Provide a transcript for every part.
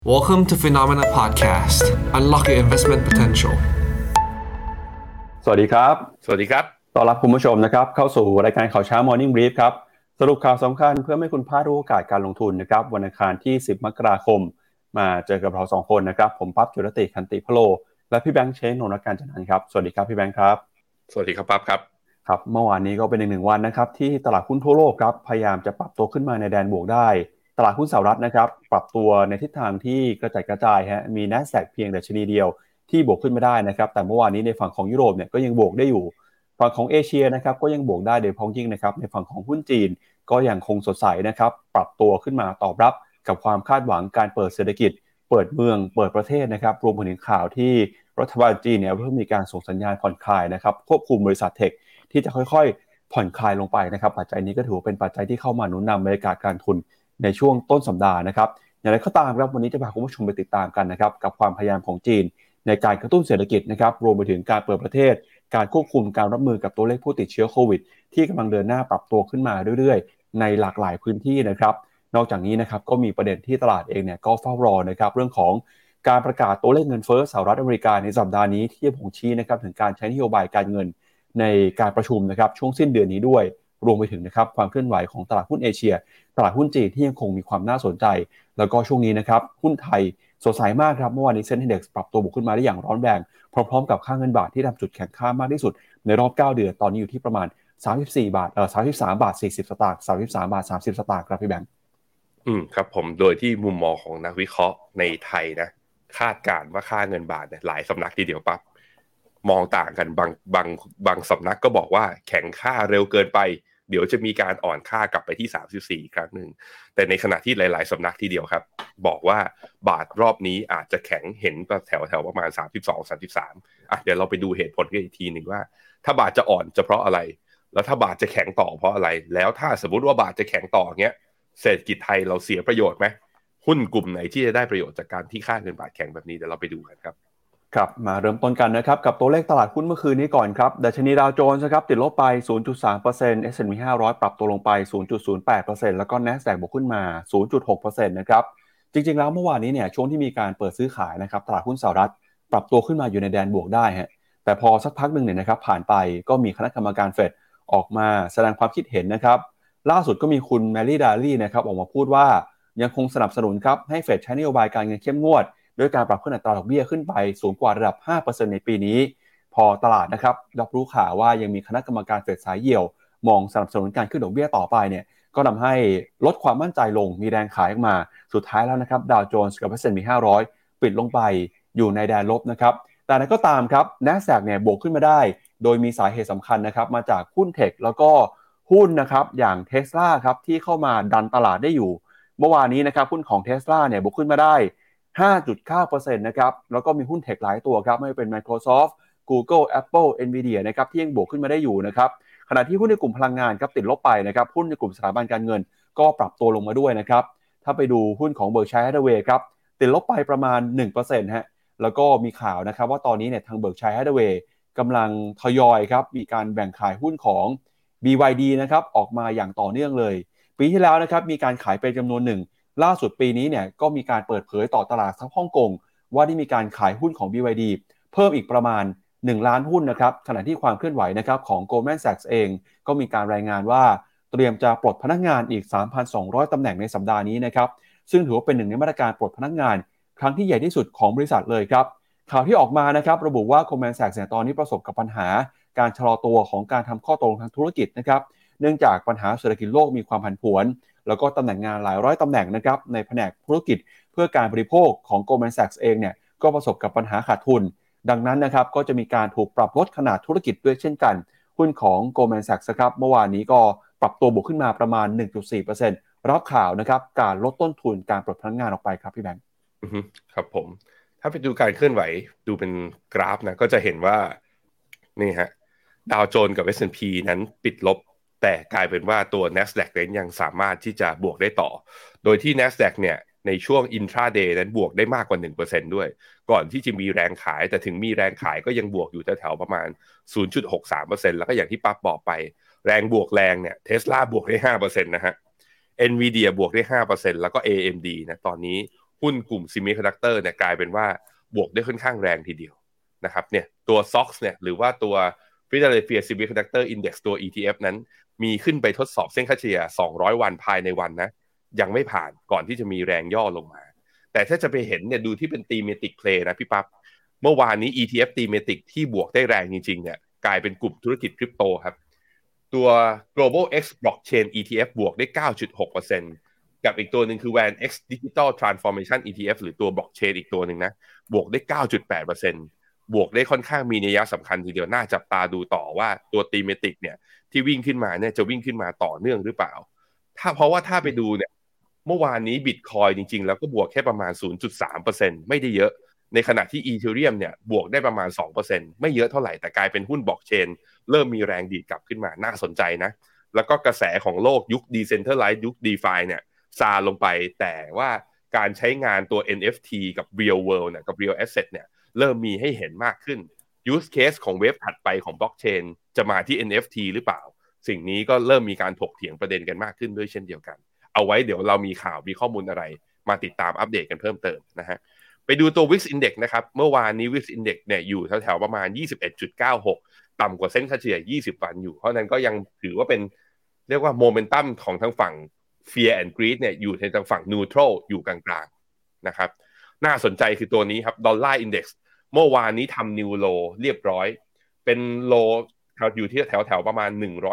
Welcome to Phenomena Podcast. Unlock your investment potential. สวัสดีครับสวัสดีครับต้อนรับคุณผู้ชมนะครับเข้าสู่รายการข่าวเช้า Morning Brief ครับสรุปข่าวสำคัญเพื่อไม่ให้คุณพลาดโอกาสการลงทุนนะครับวันอังคารที่10มกราคมมาเจอกับเรา2คนนะครับผมปั๊บจุรติคันติพโลและพี่แบงค์เชนนนท์การจันทร์ครับสวัสดีครับพี่แบงค์ครับสวัสดีครับปั๊บครับครับเมื่อวานนี้ก็เป็นอีกหนึ่งวันนะครับที่ตลาดหุ้นทั่วโลกครับพยายามจะปรับตัวขึ้นมาในแดนบวกได้ตลาดหุ้นสหรัฐนะครับปรับตัวในทิศทางที่กระจายกระจายฮะมี NASDAQ เพียงดัชนีเดียวที่บวกขึ้นมาได้นะครับแต่เมื่อวานนี้ในฝั่งของยุโรปเนี่ยก็ยังบวกได้อยู่ฝั่งของเอเชียนะครับก็ยังบวกได้โดยเฉพาะยิ่งนะครับในฝั่งของหุ้นจีนก็ยังคงสดใสนะครับปรับตัวขึ้นมาตอบรับกับความคาดหวังการเปิดเศรษฐกิจเปิดเมืองเปิดประเทศนะครับรวมถึงข่าวที่รัฐบาลจีนเนี่ยเริ่มมีการส่งสัญญาณผ่อนคลายนะครับควบคุมบริษัทเทคที่จะค่อยๆผ่อนคลายลงไปนะครับปัจจัยนี้ก็ถือเป็นปัจจัยที่เข้ามาหนุนนำบรรยากาศการทุนในช่วงต้นสัปดาห์นะครับอย่างไรก็ตามครับวันนี้จะพาคุณผู้ชมไปติดตามกันนะครับกับความพยายามของจีนในการกระตุ้นเศรษฐกิจนะครับรวมไปถึงการเปิดประเทศการควบคุมการรับมือกับตัวเลขผู้ติดเชื้อโควิดที่กำลังเดินหน้าปรับตัวขึ้นมาเรื่อยๆในหลากหลายพื้นที่นะครับนอกจากนี้นะครับก็มีประเด็นที่ตลาดเองเนี่ยก็เฝ้ารอนะครับเรื่องของการประกาศตัวเลขเงินเฟ้อสหรัฐอเมริกาในสัปดาห์นี้ที่จะบ่งชี้นะครับถึงการใช้นโยบายการเงินในการประชุมนะครับช่วงสิ้นเดือนนี้ด้วยรวมไปถึงนะครับความเคลื่อนไหวของตลาดหุ้นเอเชียตลาดหุ้นจีนที่ยังคงมีความน่าสนใจแล้วก็ช่วงนี้นะครับหุ้นไทยสดใสมากครับเมื่อวานนี้เซ็น Index ปรับตัวบวกขึ้นมาได้อย่างร้อนแรงพร้อมๆกับค่าเงินบาทที่ทำจุดแข็งค่ามากที่สุดในรอบ9เดือนตอนนี้อยู่ที่ประมาณ34บาท33บาท40สตางค์33บาท30สตางค์ครับพี่แบงค์ครับผมโดยที่มุมมองของนักวิเคราะห์ในไทยนะคาดการณ์ว่าค่าเงินบาทเนี่ยหลายสำนักทีเดียวปั๊บมองต่างกันบางสำนักก็บอกว่าแข็งค่าเร็วเกินไปเดี๋ยวจะมีการอ่อนค่ากลับไปที่34อีกครั้งนึงแต่ในขณะที่หลายๆสำนักทีเดียวครับบอกว่าบาทรอบนี้อาจจะแข็งเห็นแถวประมาณ32 33เดี๋ยวเราไปดูเหตุผลกันอีกทีนึงว่าถ้าบาทจะอ่อนจะเพราะอะไรแล้วถ้าบาทจะแข็งต่อเพราะอะไรแล้วถ้าสมมุติว่าบาทจะแข็งต่อเงี้ยเศรษฐกิจไทยเราเสียประโยชน์ไหมหุ้นกลุ่มไหนที่จะได้ประโยชน์จากการที่ค่าเงินบาทแข็งแบบนี้เดี๋ยวเราไปดูกันครับครับมาเริ่มต้นกันนะครับกับตัวเลขตลาดหุ้นเมื่อคืนนี้ก่อนครับดัชนีดาวโจนส์นะครับติดลบไป 0.3% S&P 500ปรับตัวลงไป 0.08% แล้วก็ NASDAQ บวกขึ้นมา 0.6% นะครับจริงๆแล้วเมื่อวานนี้เนี่ยช่วงที่มีการเปิดซื้อขายนะครับตลาดหุ้นสหรัฐปรับตัวขึ้นมาอยู่ในแดนบวกได้ฮะแต่พอสักพักหนึ่งเนี่ยนะครับผ่านไปก็มีคณะกรรมการเฟดออกมาแสดงความคิดเห็นนะครับล่าสุดก็มีคุณแมรี่ดาลี่นะครับออกมาพูดว่ายังคงสนับสนุนครับให้เฟดใช้นโยบายการเงินเข้มงวดด้วยการปรับขึ้นอัตราดอกเบี้ยขึ้นไปสูงกว่าระดับ 5% ในปีนี้พอตลาดนะครับรับรู้ข่าวว่ายังมีคณะกรรมการเฟดสายเหี่ยวมองสนับสนุนการขึ้นดอกเบี้ยต่อไปเนี่ยก็ทำให้ลดความมั่นใจลงมีแรงขายออกมาสุดท้ายแล้วนะครับดาวโจนส์กับ S&P 500ปิดลงไปอยู่ในแดนลบนะครับแต่นั้นก็ตามครับ NASDAQ เนี่ยบวกขึ้นมาได้โดยมีสาเหตุสำคัญนะครับมาจากหุ้นเทคแล้วก็หุ้นนะครับอย่าง Tesla ครับที่เข้ามาดันตลาดได้อยู่เมื่อวานนี้นะครับหุ้นของ Tesla เนี่ยบวกขึ้นมาได้ 5.9% นะครับแล้วก็มีหุ้นเทคหลายตัวครับไม่ว่าเป็น Microsoft Google Apple Nvidia นะครับที่ยังบวกขึ้นมาได้อยู่นะครับขณะที่หุ้นในกลุ่มพลังงานครับติดลบไปนะครับหุ้นในกลุ่มสถาบันการเงินก็ปรับตัวลงมาด้วยนะครับถ้าไปดูหุ้นของ Berkshire Hathaway ครับติดลบไปประมาณ 1% ฮะแล้วก็มีข่าวนะครับว่าตอนนี้เนี่ยทาง Berkshire Hathaway กำลังทยอยครับมีการแบ่งขายหุ้นของ BYD นะครับออกมาอย่างต่อเนื่องเลยปีที่แล้วนะครับมีการขายไปจำนวนหนึ่งล่าสุดปีนี้เนี่ยก็มีการเปิดเผยต่อตลาดทั้งฮ่องกงว่าได้มีการขายหุ้นของ BYD เพิ่มอีกประมาณ1ล้านหุ้นนะครับขณะที่ความเคลื่อนไหวนะครับของ Goldman Sachs เองก็มีการรายงานว่าเตรียมจะปลดพนักงานอีก 3,200 ตำแหน่งในสัปดาห์นี้นะครับซึ่งถือว่าเป็นหนึ่งในมาตรการปลดพนักงานครั้งที่ใหญ่ที่สุดของบริษัทเลยครับข่าวที่ออกมานะครับระบุว่า Goldman Sachs ตอนนี้ประสบกับปัญหาการชะลอตัวของการทำข้อตกลงทางธุรกิจนะครับเนื่องจากปัญหาเศรษฐกิจโลกมีความผันผวนแล้วก็ตำแหน่งงานหลายร้อยตำแหน่งนะครับในแผนกธุรกิจเพื่อการบริโภคของ Goldman Sachs เองเนี่ยก็ประสบกับปัญหาขาดทุนดังนั้นนะครับก็จะมีการถูกปรับลดขนาดธุรกิจด้วยเช่นกันหุ้นของ Goldman Sachs ครับเมื่อวานนี้ก็ปรับตัวบวกขึ้นมาประมาณ 1.4% รับข่าวนะครับการลดต้นทุนการปลดพนักงานออกไปครับพี่แบงค์ครับผมถ้าไปดูการเคลื่อนไหวดูเป็นกราฟนะก็จะเห็นว่านี่ฮะดาวโจนส์กับ S&P นั้นปิดลบแต่กลายเป็นว่าตัว NASDAQ นั้นยังสามารถที่จะบวกได้ต่อโดยที่ NASDAQ เนี่ยในช่วง intraday นั้นบวกได้มากกว่า 1% ด้วยก่อนที่จะมีแรงขายแต่ถึงมีแรงขายก็ยังบวกอยู่แถวๆประมาณ 0.63% แล้วก็อย่างที่ปั๊บบอกไปแรงบวกแรงเนี่ย Tesla บวกได้ 5% นะฮะ Nvidia บวกได้ 5% แล้วก็ AMD นะตอนนี้หุ้นกลุ่ม Semiconductor เนี่ยกลายเป็นว่าบวกได้ค่อนข้างแรงทีเดียวนะครับเนี่ยตัว SOX เนี่ยหรือว่าตัว Philadelphia Semiconductor Index ตัว ETF นั้นมีขึ้นไปทดสอบเส้นค่าเฉลี่ย200วันภายในวันนะยังไม่ผ่านก่อนที่จะมีแรงย่อลงมาแต่ถ้าจะไปเห็นเนี่ยดูที่เป็น thematic play นะพี่ปั๊บเมื่อวานนี้ ETF thematic ที่บวกได้แรงจริงๆเนี่ยกลายเป็นกลุ่มธุรกิจคริปโตครับตัว Global X Blockchain ETF บวกได้ 9.6% กับอีกตัวหนึ่งคือ WAN X Digital Transformation ETF หรือตัว Blockchain อีกตัวหนึ่งนะบวกได้ 9.8% บวกได้ค่อนข้างมีนัยสำคัญทีเดียวน่าจับตาดูต่อว่าตัว thematic เนี่ยที่วิ่งขึ้นมาเนี่ยจะวิ่งขึ้นมาต่อเนื่องหรือเปล่าเพราะว่าถ้าไปดูเนี่ยเมื่อวานนี้ Bitcoin จริงๆแล้วก็บวกแค่ประมาณ 0.3% ไม่ได้เยอะในขณะที่ Ethereum เนี่ยบวกได้ประมาณ 2% ไม่เยอะเท่าไหร่แต่กลายเป็นหุ้น Blockchain เริ่มมีแรงดีดกลับขึ้นมาน่าสนใจนะแล้วก็กระแสของโลกยุค Decentralized ยุค DeFi เนี่ยซาลงไปแต่ว่าการใช้งานตัว NFT กับ Real World เนี่ยกับ Real Asset เนี่ยเริ่มมีให้เห็นมากขึ้น Use Case ของเว็บถัดไปของ Blockchain จะมาที่ NFT หรือเปล่าสิ่งนี้ก็เริ่มมีการถกเถียงประเด็นกันมากขึ้นด้วยเช่นเดียวกันเอาไว้เดี๋ยวเรามีข่าวมีข้อมูลอะไรมาติดตามอัปเดตกันเพิ่มเติมนะฮะไปดูตัว Wix Index นะครับเมื่อวานนี้ Wix Index เนี่ยอยู่แถวๆประมาณ 21.96 ต่ำกว่าเส้นค่าเฉลี่ย20วันอยู่เพราะนั้นก็ยังถือว่าเป็นเรียกว่าโมเมนตัมของทางฝั่ง Fear and Greed เนี่ยอยู่ในทางฝั่ง Neutral อยู่กลางๆนะครับน่าสนใจคือตัวนี้ครับ Dollar Index เมื่อวานนี้ทำ New Low เรียบร้อยเป็น Low อยู่ที่แถวๆประมาณ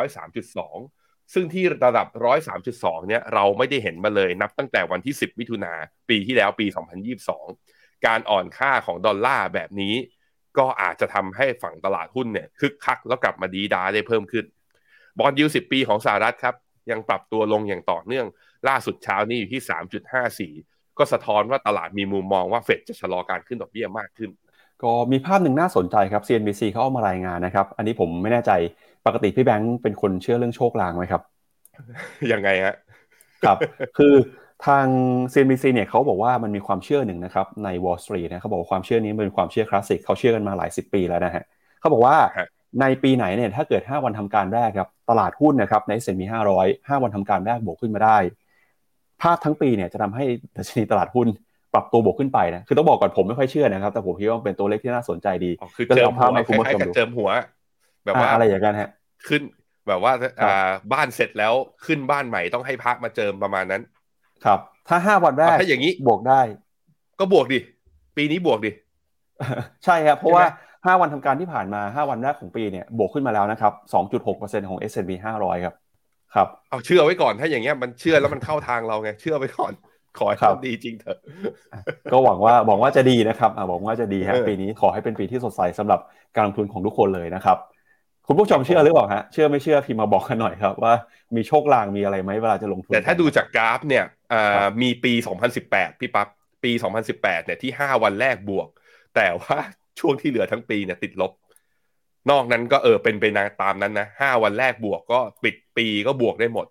103.2 ซึ่งที่ระดับ 103.2 เนี่ยเราไม่ได้เห็นมาเลยนับตั้งแต่วันที่10มิถุนาปีที่แล้วปี2022การอ่อนค่าของดอลลาร์แบบนี้ก็อาจจะทำให้ฝั่งตลาดหุ้นเนี่ยคึกคักแล้วกลับมาดีด้าได้เพิ่มขึ้นบอนด์ยิลด์10 ปีของสหรัฐครับยังปรับตัวลงอย่างต่อเนื่องล่าสุดเช้านี้อยู่ที่ 3.54 ก็สะท้อนว่าตลาดมีมุมมองว่าเฟดจะชะลอการขึ้นดอกเบี้ยมากขึ้นก็มีภาพหนึ่งน่าสนใจครับ CNBC เขาเอามารายงานนะครับอันนี้ผมไม่แน่ใจปกติพี่แบงค์เป็นคนเชื่อเรื่องโชคลางไหมครับยังไงฮะครับคือทาง CNBC เนี่ยเขาบอกว่ามันมีความเชื่อหนึ่งนะครับใน Wall Street นะเขาบอกว่าความเชื่อนี้เป็นความเชื่อคลาสสิกเขาเชื่อกันมาหลายสิบปีแล้วนะฮะเขาบอกว่าในปีไหนเนี่ยถ้าเกิด5วันทำการแรกครับตลาดหุ้นนะครับใน S&P 500 5วันทำการแรกบวกขึ้นมาได้ภาพทั้งปีเนี่ยจะทำให้ดัชนีตลาดหุ้นปรับตัวบวกขึ้นไปนะคือต้องบอกก่อนผมไม่ค่อยเชื่อนะครับแต่ผมคิดว่าเป็นตัวเลขที่น่าสนใจดีคือเจิมหัวคล้ายๆกับเจิมหัวแบบว่าอะไรอย่างนั้นฮะขึ้นแบบว่าบ้านเสร็จแล้วขึ้นบ้านใหม่ต้องให้พระมาเจิมประมาณนั้นครับถ้า5วันแรกถ้าอย่างนี้บวกได้ก็บวกดิปีนี้บวกดิใช่ครับเพราะว่า5วันทำการที่ผ่านมา5วันแรกของปีเนี่ยบวกขึ้นมาแล้วนะครับ 2.6% ของ S&P 500ครับครับเอาเชื่อไว้ก่อนถ้าอย่างเงี้ยมันเชื่อแล้วมันเข้าทางเราไงเชื่อไว้ก่อนขอให้มันดีจริงเถอะก็หวังว่าจะดีนะครับหวังว่าจะดีฮะปีนี้ขอให้เป็นปีที่สดใสสำหรับการลงทุนของทุกคนเลยนะครับคุณผู้ชมเชื่อหรือเปล่าฮะเชื่อไม่เชื่อพิมพ์มาบอกกันหน่อยครับว่ามีโชคลางมีอะไรไหมเวลาจะลงทุนแต่ถ้าดูจากกราฟเนี่ยมีปี2018พี่ปั๊บปี2018เนี่ยที่5วันแรกบวกแต่ว่าช่วงที่เหลือทั้งปีเนี่ยติดลบนอกนั้นก็เป็นไปตามนั้นนะ5วันแรกบวกก็ปิดปีก็บวกได้หมด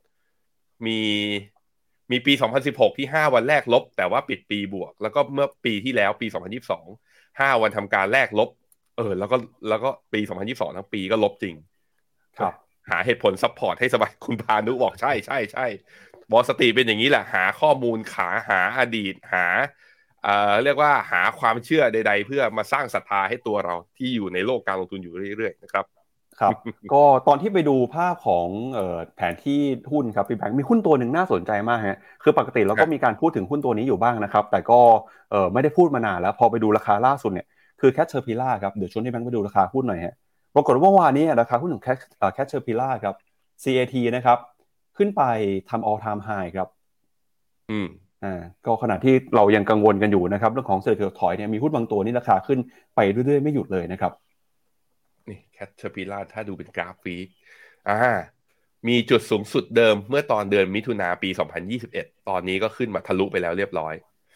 มีปี2016ที่5วันแรกลบแต่ว่าปิดปีบวกแล้วก็เมื่อปีที่แล้วปี2022 5วันทำการแรกลบแล้วก็ปี2022ทั้งปีก็ลบจริงครับหาเหตุผลซัพพอร์ตให้สบายคุณพานุบอกใช่บอสติเป็นอย่างนี้แหละหาข้อมูลหาอดีตหาเรียกว่าหาความเชื่อใดๆเพื่อมาสร้างศรัทธาให้ตัวเราที่อยู่ในโลกการลงทุนอยู่เรื่อยๆนะครับครับก็ตอนที่ไปดูภาพของแผนที่หุ้นครับพี่แบงค์มีหุ้นตัวหนึ่งน่าสนใจมากฮะคือปกติเราก็มีการพูดถึงหุ้นตัวนี้อยู่บ้างนะครับแต่ก็ไม่ได้พูดมานานแล้วพอไปดูราคาล่าสุดเนี่ยคือ Caterpillar ครับเดี๋ยวชวนพี่แบงค์ไปดูราคาหุ้นหน่อยฮะปรากฏว่าเมื่อวานนี้ราคาหุ้นของCaterpillar ครับ CAT นะครับขึ้นไปทำ all time high ครับก็ขณะที่เรายังกังวลกันอยู่นะครับเรื่องของเศรษฐกิจถอยเนี่ยมีหุ้นบางตัวนี่ราคาขึ้นไปเรื่อยๆไม่หยุดเลยนะครับนี่แคทเทอร์พิลล่าถ้าดูเป็นกราฟวีคมีจุดสูงสุดเดิมเมื่อตอนเดือนมิถุนาปี2021ตอนนี้ก็ขึ้นมาทะลุไปแล้วเรียบร้อย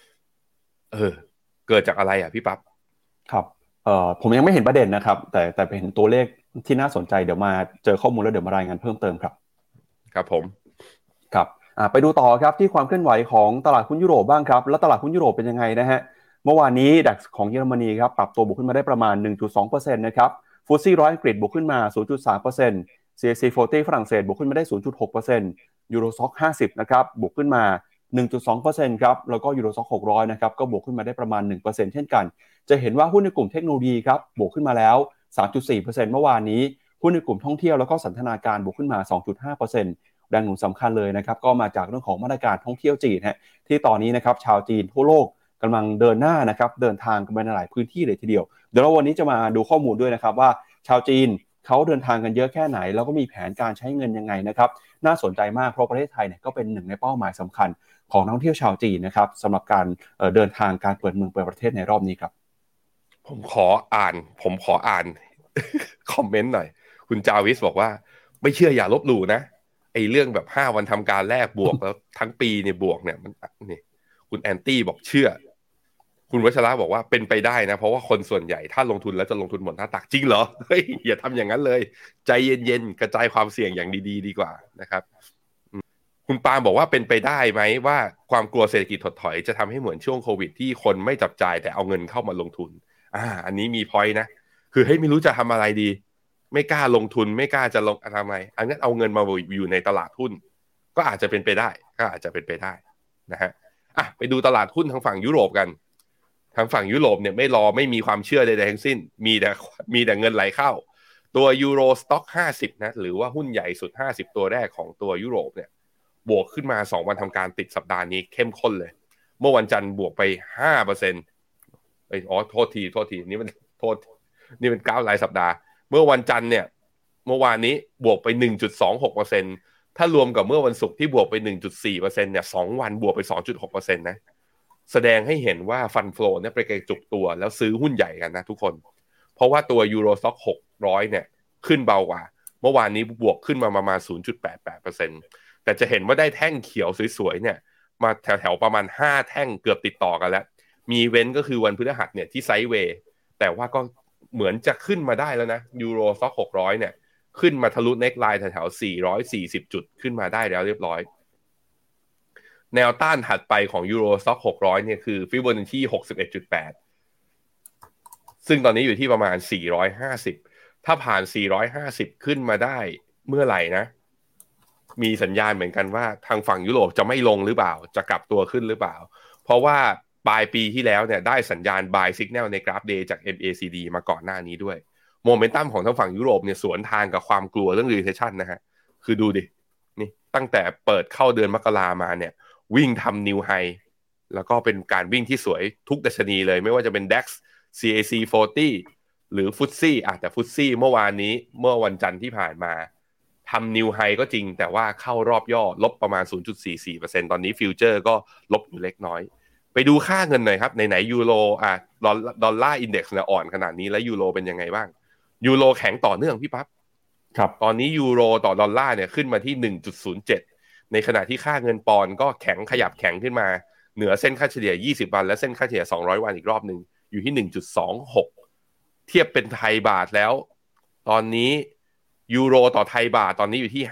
เกิดจากอะไรพี่ปั๊บครับผมยังไม่เห็นประเด็นนะครับแต่ไปเห็นตัวเลขที่น่าสนใจเดี๋ยวมาเจอข้อมูลแล้วเดี๋ยวมารายงานเพิ่มเติมครับครับผมครับไปดูต่อครับที่ความเคลื่อนไหวของตลาดหุ้นยุโรปบ้างครับแล้วตลาดหุ้นยุโรปเป็นยังไงนะฮะเมื่อวานนี้ DAX ของเยอรมนีครับปรับตัวบวกขึ้นมาได้ประมาณ 1.2% นะครับฟุตซี่100อังกฤษบวกขึ้นมา 0.3% CAC 40ฝรั่งเศสบวกขึ้นมาได้ 0.6% Eurostoxx 50นะครับบวกขึ้นมา 1.2% ครับแล้วก็ยูโรซ็อก600นะครับก็บวกขึ้นมาได้ประมาณ 1% เช่นกันจะเห็นว่าหุ้นในกลุ่มเทคโนโลยีครับบวกขึ้นมาแล้ว 3.4% เมื่อวานนี้หุ้นในกลุ่มท่องเที่ยวแล้วก็สันทนาการบวกขึ้นมา 2.5% แรงหนุนสำคัญเลยนะครับก็มาจากเรื่องของมาตรการท่องเที่ยวจีนที่ตอนนี้นะครับชาวจีนทั่วโลกกำลังเดินหน้านะครับเดินทางกันไปในหลายพื้นที่เลยทีเดียวเดี๋ยวเราวันนี้จะมาดูข้อมูลด้วยนะครับว่าชาวจีนเขาเดินทางกันเยอะแค่ไหนแล้วก็มีแผนการใช้เงินยังไงนะครับน่าสนใจมากเพราะประเทศไทยเนี่ยก็เป็นหนึ่งในเป้าหมายสำคัญของนักท่องเที่ยวชาวจีนนะครับสำหรับการเดินทางการเปิดเมืองเปิดประเทศในรอบนี้ครับผมขออ่าน คอมเมนต์หน่อยคุณจาวิสบอกว่าไม่เชื่ออย่าลบหลู่นะไอ้เรื่องแบบ5 วันทำการแรกบวกแล้วทั้งปีเนี่ยบวกเนี่ยมันนี่คุณแอนตี้บอกเชื่อคุณวัชระบอกว่าเป็นไปได้นะเพราะว่าคนส่วนใหญ่ถ้าลงทุนแล้วจะลงทุนหมดหน้าตักจริงเหรอเฮ้ยอย่าทำอย่างนั้นเลยใจเย็นๆกระจายความเสี่ยงอย่างดีๆดีกว่านะครับคุณปาล์มบอกว่าเป็นไปได้ไหมว่าความกลัวเศรษฐกิจถดถอยจะทำให้เหมือนช่วงโควิดที่คนไม่จับจ่ายแต่เอาเงินเข้ามาลงทุนอันนี้มีพอยต์นะคือไม่รู้จะทำอะไรดีไม่กล้าลงทุนไม่กล้าจะลงทำไมอันนั้นเอาเงินมาอยู่ในตลาดหุ้นก็อาจจะเป็นไปได้นะฮะไปดูตลาดหุ้นทางฝั่งยุโรปกันทางฝั่งยุโรปเนี่ยไม่มีความเชื่อใดๆทั้งสิ้นมีแต่เงินไหลเข้าตัวยูโรสต็อก50นะหรือว่าหุ้นใหญ่สุด50ตัวแรกของตัวยุโรปเนี่ยบวกขึ้นมา2วันทำการติดสัปดาห์นี้เข้มข้นเลยเมื่อวันจันทร์บวกไป 5% โทษทีนี่เป็นกราฟรายสัปดาห์เมื่อวันจันทร์เนี่ยเมื่อวานนี้บวกไป 1.26% ถ้ารวมกับเมื่อวันศุกร์ที่บวกไป 1.4% เนี่ย2วันบวกไป 2.6% นะแสดงให้เห็นว่าฟันโฟลเนี่ยไปกระจุกตัวแล้วซื้อหุ้นใหญ่กันนะทุกคนเพราะว่าตัวยูโรซ็อก600เนี่ยขึ้นเบากว่าเมื่อวานนี้บวกขึ้นมาประมาณ 0.88% แต่จะเห็นว่าได้แท่งเขียวสวยๆเนี่ยมาแถวๆประมาณ5แท่งเกือบติดต่อกันแล้วมีเว้นก็คือวันพฤหัสเนี่ยที่ไซด์เวย์แต่ว่าก็เหมือนจะขึ้นมาได้แล้วนะยูโรซ็อก600เนี่ยขึ้นมาทะลุเน็กไลน์แถวๆ440จุดขึ้นมาได้แล้วเรียบร้อยแนวต้านถัดไปของยูโรซ็อก600เนี่ยคือฟิโบนัชชี 61.8 ซึ่งตอนนี้อยู่ที่ประมาณ450ถ้าผ่าน450ขึ้นมาได้เมื่อไหร่นะมีสัญญาณเหมือนกันว่าทางฝั่งยุโรปจะไม่ลงหรือเปล่าจะกลับตัวขึ้นหรือเปล่าเพราะว่าปลายปีที่แล้วเนี่ยได้สัญญาณ buy signal ในกราฟ day จาก MACD มาก่อนหน้านี้ด้วยโมเมนตัมของทางฝั่งยุโรปเนี่ยสวนทางกับความกลัวเรื่อง recession นะฮะคือดูดินี่ตั้งแต่เปิดเข้าเดือนมกรามาเนี่ยวิ่งทำ new high แล้วก็เป็นการวิ่งที่สวยทุกดัชนีเลยไม่ว่าจะเป็น DAX CAC 40หรือ FTSE แต่ FTSE เมื่อวันจันทร์ที่ผ่านมาทำ new high ก็จริงแต่ว่าเข้ารอบย่อลบประมาณ 0.44% ตอนนี้ฟิวเจอร์ก็ลบอยู่เล็กน้อยไปดูค่าเงินหน่อยครับไหนยูโรดอลลาร์อินเด็กซ์เนี่ยอ่อนขนาดนี้แล้วยูโรเป็นยังไงบ้างยูโรแข็งต่อเนื่องพี่ปั๊บครับตอนนี้ยูโรต่อดอลลาร์เนี่ยขึ้นมาที่ 1.07 ในขณะที่ค่าเงินปอนด์ก็ขยับแข็งขึ้นมาเหนือเส้นค่าเฉลี่ย20วันและเส้นค่าเฉลี่ย200วันอีกรอบนึงอยู่ที่ 1.26 เทียบเป็นไทยบาทแล้วตอนนี้ยูโรต่อไทยบาทตอนนี้อยู่ที่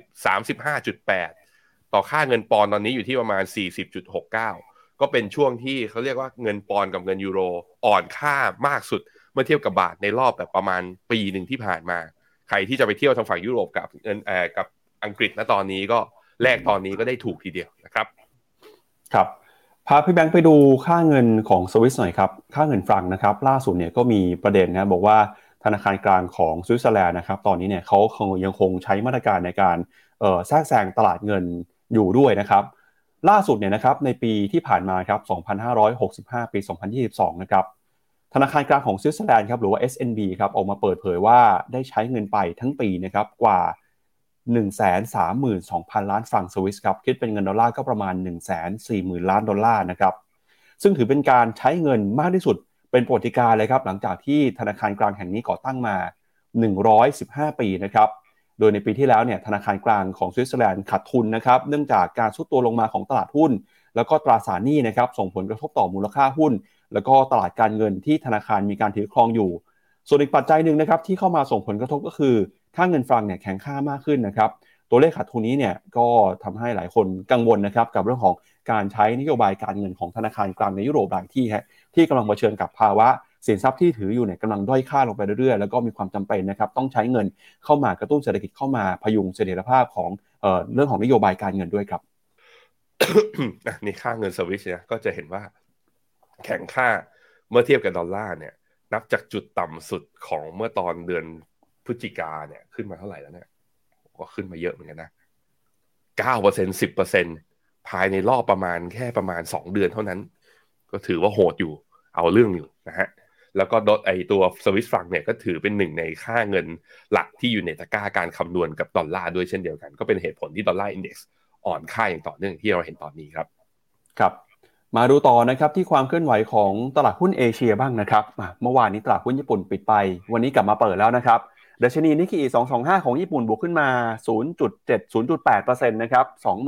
35.8 ต่อค่าเงินปอนด์ตอนนี้อยู่ที่ประมาณ 40.69 ก็เป็นช่วงที่เขาเรียกว่าเงินปอนด์กับเงินยูโรอ่อนค่ามากสุดเมื่อเทียบกับบาทในรอบแบบประมาณปีหนึ่งที่ผ่านมาใครที่จะไปเที่ยวทางฝั่งยุโรปกับอังกฤษณตอนนี้ก็แลกตอนนี้ก็ได้ถูกทีเดียวนะครับครับพาพี่แบงค์ไปดูค่าเงินของสวิสหน่อยครับค่าเงินฟรังนะครับล่าสุดเนี่ยก็มีประเด็นนะบอกว่าธนาคารกลางของสวิตเซอร์แลนด์นะครับตอนนี้เนี่ยเขายังคงใช้มาตรการในการแทรกแซงตลาดเงินอยู่ด้วยนะครับล่าสุดเนี่ยนะครับในปีที่ผ่านมาครับ2565ปี2022นะครับธนาคารกลางของสวิตเซอร์แลนด์ครับหรือว่า SNB ครับออกมาเปิดเผยว่าได้ใช้เงินไปทั้งปีนะครับกว่า 132,000 ล้านฟรังสวิสครับคิดเป็นเงินดอลลาร์ก็ประมาณ 140,000 ล้านดอลลาร์นะครับซึ่งถือเป็นการใช้เงินมากที่สุดเป็นประวัติการณ์เลยครับหลังจากที่ธนาคารกลางแห่งนี้ก่อตั้งมา115ปีนะครับโดยในปีที่แล้วเนี่ยธนาคารกลางของสวิตเซอร์แลนด์ขาดทุนนะครับเนื่องจากการทรุดตัวลงมาของตลาดหุ้นแล้วก็ตราสารหนี้นะครับส่งผลกระทบต่อมูลค่าหุ้นแล้วก็ตลาดการเงินที่ธนาคารมีการถือครองอยู่ส่วนอีกปัจจัยหนึ่งนะครับที่เข้ามาส่งผลกระทบก็คือค่าเงินฟรังเนี่ยแข็งค่ามากขึ้นนะครับตัวเลขขาดทุนนี้เนี่ยก็ทำให้หลายคนกังวลนะครับกับเรื่องของการใช้นโยบายการเงินของธนาคารกลางในยุโรปหลายที่ที่กำลังเผชิญกับภาวะสินทรัพย์ที่ถืออยู่เนี่ยกำลังด้อยค่าลงไปเรื่อยๆแล้วก็มีความจำเป็นนะครับต้องใช้เงินเข้ามากระตุ้นเศรษฐกิจเข้ามาพยุงเสถียรภาพของเรื่องของนโยบายการเงินด้วยครับนี่ค่าเงินสวิสเนี่ยก็จะเห็นว่าแข็งค่าเมื่อเทียบกับดอลลาร์เนี่ยนับจากจุดต่ำสุดของเมื่อตอนเดือนพฤศจิกาเนี่ยขึ้นมาเท่าไหร่แล้วเนี่ยก็ขึ้นมาเยอะเหมือนกันนะ 9% 10%ภายในรอบประมาณ2เดือนเท่านั้นก็ถือว่าโหดอยู่เอาเรื่องอยู่นะฮะแล้วก็ตัวสวิสฟรังเนี่ยก็ถือเป็นหนึ่งในค่าเงินหลักที่อยู่ในตะกร้าการคำนวณกับดอลลาร์ด้วยเช่นเดียวกันก็เป็นเหตุผลที่ดอลลาร์อินเด็กซ์อ่อนค่าอย่างต่อเนื่องที่เราเห็นตอนนี้ครับครับมาดูต่อนะครับที่ความเคลื่อนไหวของตลาดหุ้นเอเชียบ้างนะครับเมื่อวานนี้ตลาดหุ้นญี่ปุ่นปิดไปวันนี้กลับมาเปิดแล้วนะครับดัชนีนิกเกิอี225ของญี่ปุ่นบวกขึ้นมา 0.8% นะครับ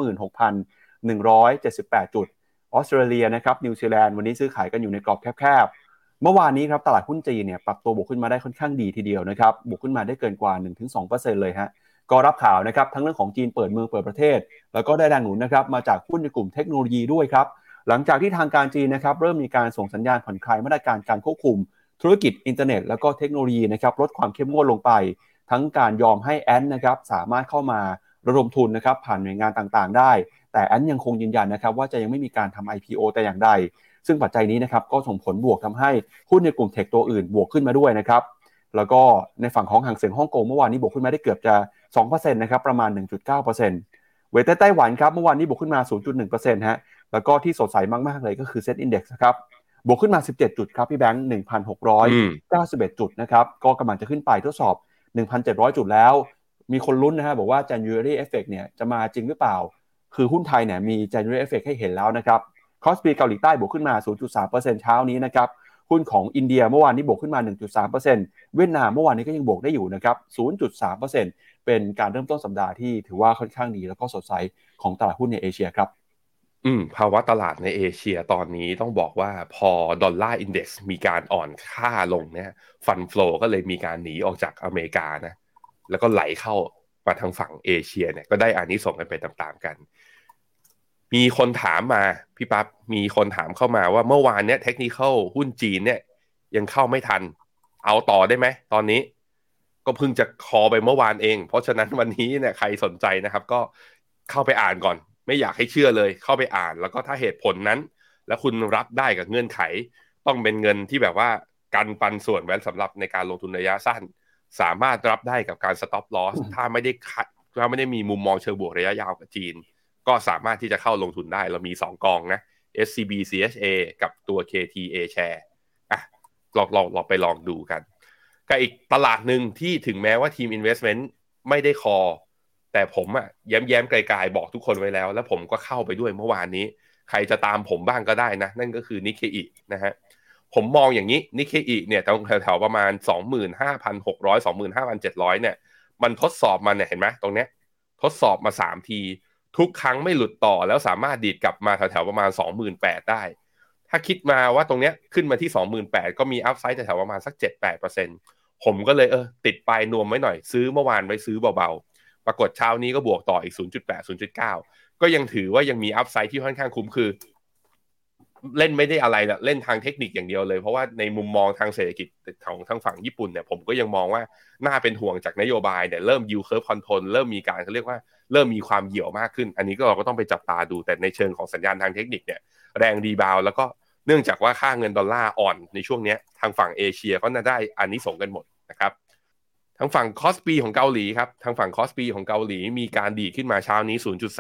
26,178 จุดออสเตรเลียนะครับนิวซีแลนด์วันนี้ซื้อขายกันอยู่ในกรอบแคบๆเมื่อวานนี้ครับตลาดหุ้นจีนเนี่ยปรับตัวบวกขึ้นมาได้ค่อนข้างดีทีเดียวนะครับบวกขึ้นมาได้เกินกว่า 1-2% เลยฮะก็รับข่าวนะครับทั้งเรื่องของจีนเปิดเมืองเปิดประเทศแล้วก็ได้แรงหนุนนะครับมาจากหุ้นในกลุ่มเทคโนโลยีด้วยครับหลังจากที่ทางการจีนนะครับเริ่มมีการส่งสัญญาณผ่อนคลายมาตรการการควบคุมธุรกิจอินเทอร์เน็ตแล้วก็เทคโนโลยีนะครับลดความเข้มงวดลงไปทั้งการยอมให้แอนนะครับสามารถเข้ามาระดมทุนนะครับผ่านหน่วยงานต่างๆได้แต่แอนยังคงยืนยันนะครับว่าจะยังไม่มีการทำ IPO แต่อย่างใดซึ่งปัจจัยนี้นะครับก็ส่งผลบวกทำให้หุ้นในกลุ่มเทคตัวอื่นบวกขึ้นมาด้วยนะครับแล้วก็ในฝั่งของหางเส็งฮ่องกงเมื่อวานนี้บวกขึ้นมาได้เกือบจะ 2% นะครับประมาณ 1.9% เวทไต้หวันครับเมื่อวานนี้บวกขึ้นมา 0.1% ฮะแล้วก็ที่สดใสมากๆเลยก็คือ Set Index นะครับบวกขึ้นมา17จุดครับพี่แบงค์ 1,691 จุดนะครับก็กำลังจะขึ้นไปทดสอบ 1,700 จุดแล้วมีคนลุ้นนะฮะบอกว่า January Effect เนี่ยจะมาจริงหรือเปล่าคือหุ้นไทยเนี่ยมี January Effect ให้เห็นแล้วนะครับคอสปีเกาหลีใต้บวกขึ้นมา 0.3% เช้านี้นะครับหุ้นของอินเดียเมื่อวานนี้บวกขึ้นมา 1.3% เวียดนามเมื่อวานนี้ก็ยังบวกได้อยู่นะครับ 0.3% เป็นการเริ่มต้นสัปดาห์ที่ถือว่าค่อนข้างดีแล้วก็สดใสของตลาดหุ้นในเอเชียครับภาวะตลาดในเอเชียตอนนี้ต้องบอกว่าพอดอลลาร์อินเด็กซ์มีการอ่อนค่าลงเนี่ยฟันโฟลก็เลยมีการหนีออกจากอเมริกานะแล้วก็ไหลเข้ามาทางฝั่งเอเชียเนี่ยก็ได้อานิสงส์กันไปตามๆกันมีคนถามมาพี่ปั๊บมีคนถามเข้ามาว่าเมื่อวานเนี่ยเทคนิคอลหุ้นจีนเนี่ยยังเข้าไม่ทันเอาต่อได้ไหมตอนนี้ก็เพิ่งจะคอไปเมื่อวานเองเพราะฉะนั้นวันนี้เนี่ยใครสนใจนะครับก็เข้าไปอ่านก่อนไม่อยากให้เชื่อเลยเข้าไปอ่านแล้วก็ถ้าเหตุผลนั้นแล้วคุณรับได้กับเงื่อนไขต้องเป็นเงินที่แบบว่ากันปันส่วนไว้สำหรับในการลงทุนระยะสั้นสามารถรับได้กับการ stop loss ถ้าไม่ได้มีมุมมองเชิงบวกระยะยาวกับจีนก็สามารถที่จะเข้าลงทุนได้เรามี2กองนะ SCB CHA กับตัว KTA Share อ่ะลองไปลองดูกันกับอีกตลาดหนึ่งที่ถึงแม้ว่าทีม Investment ไม่ได้คอแต่ผมอะแย้มไกลๆบอกทุกคนไว้แล้วผมก็เข้าไปด้วยเมื่อวานนี้ใครจะตามผมบ้างก็ได้นะนั่นก็คือนิเคอินะฮะผมมองอย่างนี้นิเคอิเนี่ยตรงแถวๆประมาณ 25,600 25,700 เนี่ยมันทดสอบมันเนี่ยเห็นไหมตรงเนี้ยทดสอบมา3ทีทุกครั้งไม่หลุดต่อแล้วสามารถดีดกลับมาแถวๆประมาณ 28,000 ได้ถ้าคิดมาว่าตรงเนี้ยขึ้นมาที่ 28,000 ก็มีอัพไซด์แถวๆประมาณสัก 7-8% ผมก็เลยติดปลายนวมไว้หน่อยซื้อเมื่อวานไว้ซื้อเบาๆปรากฏเช้านี้ก็บวกต่ออีก 0.8 0.9 ก็ยังถือว่ายังมีอัพไซด์ที่ค่อนข้างคุ้มคือเล่นไม่ได้อะไรนะเล่นทางเทคนิคอย่างเดียวเลยเพราะว่าในมุมมองทางเศรษฐกิจของทางฝั่งญี่ปุ่นเนี่ยผมก็ยังมองว่าน่าเป็นห่วงจากนโยบายเนี่ยเริ่ม yield curve control เริ่มมีการเขาเรียกว่าเริ่มมีความเหี่ยวมากขึ้นอันนี้ก็เราก็ต้องไปจับตาดูแต่ในเชิงของสัญญาณทางเทคนิคเนี่ยแรงรีบาวแล้วก็เนื่องจากว่าค่าเงินดอลลาร์อ่อนในช่วงนี้ทางฝั่งเอเชียก็น่าได้อานิสงส์กันหมดนะครับทางฝั่งคอสปีของเกาหลีครับทางฝั่งคอสปีของเกาหลีมีการดีขึ้นมาเช้านี้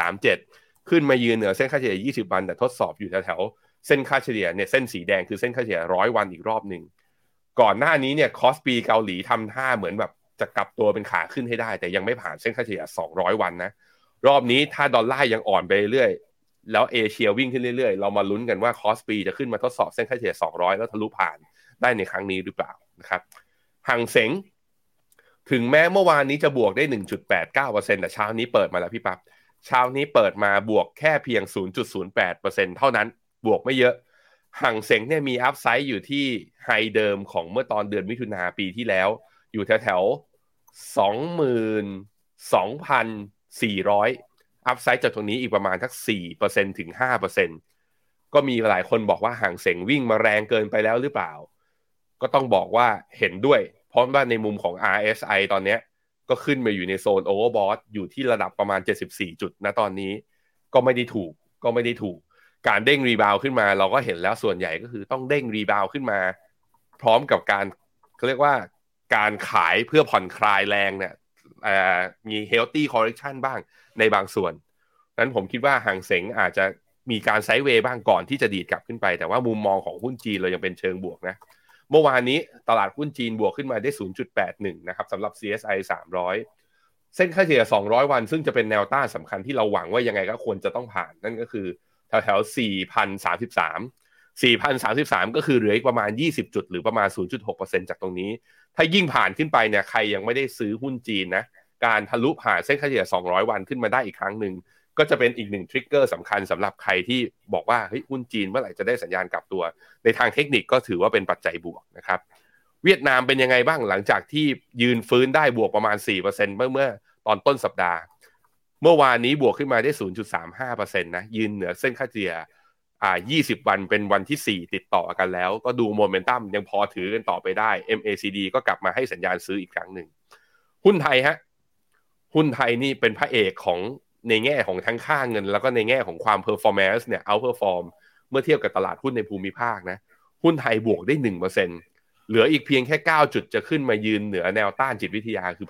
0.37 ขึ้นมายืนเหนือเส้นค่าเฉลี่ย20วันแต่ทดสอบอยู่แถวเส้นค่าเฉลี่ยเนี่ยเส้นสีแดงคือเส้นค่าเฉลี่ย100วันอีกรอบหนึ่งก่อนหน้านี้เนี่ยคอสปีเกาหลีทำท่าเหมือนแบบจะกลับตัวเป็นขาขึ้นให้ได้แต่ยังไม่ผ่านเส้นค่าเฉลี่ย200วันนะรอบนี้ถ้าดอลลาร์ยังอ่อนไปเรื่อยแล้วเอเชียวิ่งขึ้นเรื่อยๆเรามาลุ้นกันว่าคอสปีจะขึ้นมาทดสอบเส้นค่าเฉลี่ย200แล้วทะลุผ่านได้ในครั้งนี้หรือเปล่านะครับหังเส็งถึงแม้เมื่อวานนี้จะบวกได้ 1.89% แต่เช้านี้เปิดมาแล้วพี่ปั๊บเช้านี้เปิดมาบวกแค่เพียง 0.08% เท่านั้นบวกไม่เยอะหังเส็งเนี่ยมีอัพไซด์อยู่ที่ไฮเดิมของเมื่อตอนเดือนมิถุนาปีที่แล้วอยู่แถว22,400 อัพไซด์จากตรงนี้อีกประมาณทัก 4% ถึง 5% ก็มีหลายคนบอกว่าหังเส็งวิ่งมาแรงเกินไปแล้วหรือเปล่าก็ต้องบอกว่าเห็นด้วยเพราะว่าในมุมของ RSI ตอนนี้ก็ขึ้นมาอยู่ในโซนโอเวอร์บอทอยู่ที่ระดับประมาณ74จุดนะตอนนี้ก็ไม่ได้ถูกก็ก็ไม่ได้ถูกการเด้งรีบาวขึ้นมาเราก็เห็นแล้วส่วนใหญ่ก็คือต้องเด้งรีบาวขึ้นมาพร้อมกับการเขาเรียกว่าการขายเพื่อผ่อนคลายแรงเนี่ยมี healthy correction บ้างในบางส่วนนั้นผมคิดว่าหางเส็งอาจจะมีการไซด์เวย์บ้างก่อนที่จะดีดกลับขึ้นไปแต่ว่ามุมมองของหุ้นจีนเรายังเป็นเชิงบวกนะเมื่อวานนี้ตลาดหุ้นจีนบวกขึ้นมาได้ 0.81 นะครับสำหรับ CSI 300เส้นค่าเฉลี่ย200วันซึ่งจะเป็นแนวต้านสำคัญที่เราหวังว่ายังไงก็ควรจะต้องผ่านนั่นก็คือแถว4,033 ก็คือเหลืออีกประมาณ20จุดหรือประมาณ 0.6% จากตรงนี้ถ้ายิ่งผ่านขึ้นไปเนี่ยใครยังไม่ได้ซื้อหุ้นจีนนะการทะลุผ่านเส้นค่าเฉลี่ย200วันขึ้นมาได้อีกครั้งหนึ่งก็จะเป็นอีกหนึ่งทริกเกอร์สำคัญสำหรับใครที่บอกว่าเฮ้ยหุ้นจีนเมื่อไหร่จะได้สัญญาณกลับตัวในทางเทคนิคก็ถือว่าเป็นปัจจัยบวกนะครับเวียดนามเป็นยังไงบ้างหลังจากที่ยืนฟื้นได้บวกประมาณ 4% เมื่อตอนต้นสัปดาห์เมื่อวานนี้บวกขึ้นมาได้ 0.35% นะยืนเหนือเส้นค่าเฉลี่ย20 วันเป็นวันที่4ติดต่อกันแล้วก็ดูโมเมนตัมยังพอถือกันต่อไปได้ MACD ก็กลับมาให้สัญญาณซื้ออีกครั้งหนึ่งหุ้นไทยฮะหุ้นไทยนี่เป็นพระเอกของในแง่ของทั้งค่าเงินแล้วก็ในแง่ของความ performance เนี่ย outperform เมื่อเทียบกับตลาดหุ้นในภูมิภาคนะหุ้นไทยบวกได้ 1% เหลืออีกเพียงแค่9จุดจะขึ้นมายืนเหนือแนวต้านจิตวิทยาคือ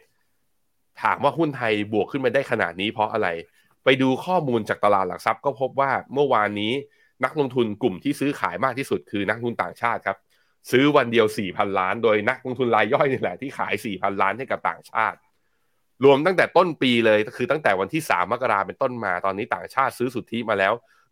1,700 ถามว่าหุ้นไทยบวกขึ้นมาได้ขนาดนี้เพราะอะไรไปดูข้อมูลจากตลาดหลักทรัพย์ก็พบว่าเมื่อวานนี้นักลงทุนกลุ่มที่ซื้อขายมากที่สุดคือนักลงทุนต่างชาติครับซื้อวันเดียว 4,000 ล้านโดยนักลงทุนรายย่อยนี่แหละที่ขาย 4,000 ล้านให้กับต่างชาติรวมตั้งแต่ต้นปีเลยคือตั้งแต่วันที่3มกราคมเป็นต้นมาตอนนี้ต่างชาติซื้อสุทธิมาแล้ว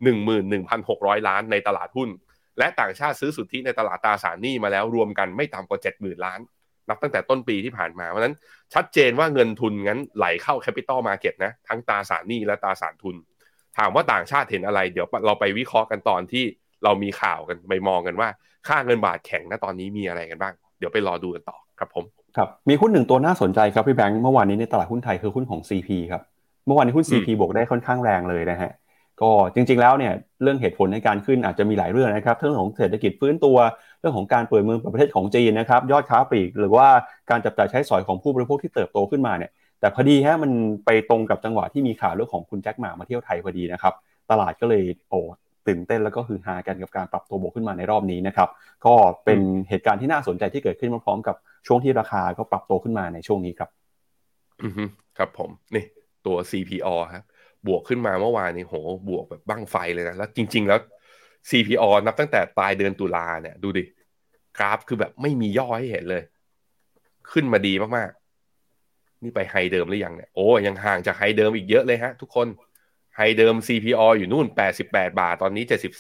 11,600 ล้านในตลาดหุ้นและต่างชาติซื้อสุทธิในตลาดตราสารหนี้มาแล้วรวมกันไม่ต่ำกว่า 70,000 ล้านนับตั้งแต่ต้นปีที่ผ่านมาเพราะฉะนั้นชัดเจนว่าเงินทุนงั้นไหลเข้า Capital Market นะทั้งตราสารหนี้และตราสารทุนถามว่าต่างชาติเห็นอะไรเดี๋ยวเราไปวิเคราะห์กันตอนที่เรามีข่าวกันไปมองกันว่าค่าเงินบาทแข็งณตอนนี้มีอะไรกันบ้างเดี๋ยวไปรอดูกันต่อครับผมครับมีหุ้นหนึ่งตัวน่าสนใจครับพี่แบงค์เมื่อวานนี้ในตลาดหุ้นไทยคือหุ้นของ CP ครับเมื่อวานนี้หุ้น CP บวกได้ค่อนข้างแรงเลยนะฮะก็จริงๆแล้วเนี่ยเรื่องเหตุผลในการขึ้นอาจจะมีหลายเรื่องนะครับเรื่องของเศรษฐกิจฟื้นตัวเรื่องของการเปิดเมืองประเทศของจีนนะครับยอดค้าปลีกหรือว่าการจับจ่ายใช้สอยของผู้บริโภคที่เติบโตขึ้นมาเนี่ยแต่พอดีฮะมันไปตรงกับจังหวะที่มีข่าวเรื่องของคุณแจ็คหม่ามาเที่ยวไทยพอดีนะครับตลาดก็เลยตื่นเต้นแล้วก็ฮือฮากันกับการปรับตัวบวกขึ้นมาในรอบนี้นะครับก็เป็นเหตุการณ์ที่น่าสนใจที่เกิดขึ้นพร้อมกับช่วงที่ราคาก็ปรับตัวขึ้นมาในช่วงนี้ครับครับผมนี่ตัว CPO ครับบวกขึ้นมาเมื่อวานนี้โหบวกแบบบั้งไฟเลยนะแล้วจริงๆแล้ว CPO นับตั้งแต่ปลายเดือนตุลาเนี่ยดูดิกราฟคือแบบไม่มีย่อให้เห็นเลยขึ้นมาดีมากๆนี่ไปไฮเดิมหรือยังเนี่ยโอ้ยังห่างจากไฮเดิมอีกเยอะเลยฮะทุกคนไฮเดิม CPO อยู่นู่น88 บาทตอนนี้